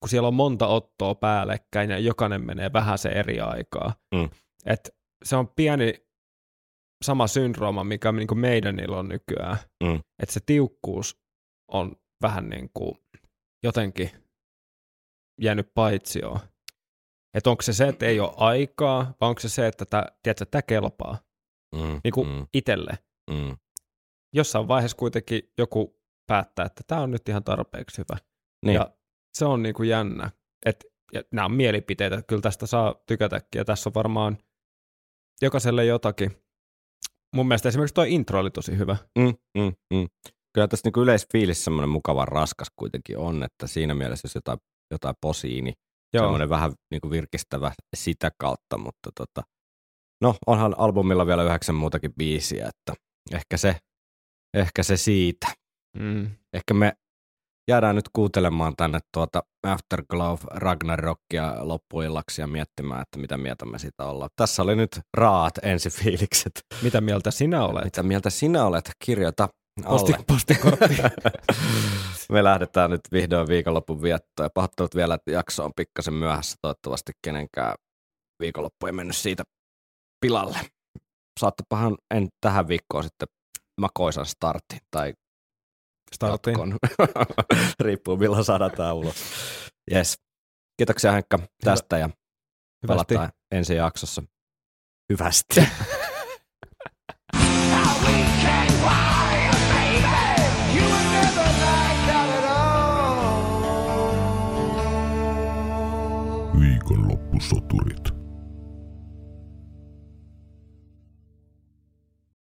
kun siellä on monta ottoa päällekkäin ja jokainen menee vähän se eri aikaa. Et se on pieni sama syndrooma, mikä niin kuin meidänillä on nykyään. Että se tiukkuus on vähän niin kuin jotenkin jäänyt paitsioon. Että onko se, että ei ole aikaa, vai onko se, että tämä kelpaa niin kuin itselle. Jossain vaiheessa kuitenkin joku päättää, että tämä on nyt ihan tarpeeksi hyvä. Niin. Ja se on niin kuin jännä. Ja nämä on mielipiteitä, kyllä tästä saa tykätäkin, ja tässä on varmaan jokaiselle jotakin. Mun mielestä esimerkiksi tuo intro oli tosi hyvä. Kyllä tässä niin yleisfiilis semmoinen mukava raskas kuitenkin on, että siinä mielessä jos jotain posiini, semmoinen vähän niin kuin virkistävä sitä kautta, mutta no onhan albumilla vielä 9 muutakin biisiä, että ehkä se siitä. Ehkä me jäädään nyt kuuntelemaan tänne Afterglow Ragnarokia loppuillaksi ja miettimään, että mitä mieltä me siitä ollaan. Tässä oli nyt raat ensifiilikset. Mitä mieltä sinä olet? Mitä mieltä sinä olet? Kirjoita alle. Postikortti. Me lähdetään nyt vihdoin viikonlopun viettoon ja pahoittelut vielä, että jakso on pikkasen myöhässä. Toivottavasti kenenkään viikonloppu ei mennyt siitä pilalle. Saattepahan tähän viikkoon sitten makoisan startin tai jatkon. Riippuu milloin saadaan tää ulos. Yes. Kiitoksia Henkka tästä ja palataan ensi jaksossa. Hyvästi. Viikonloppusoturit.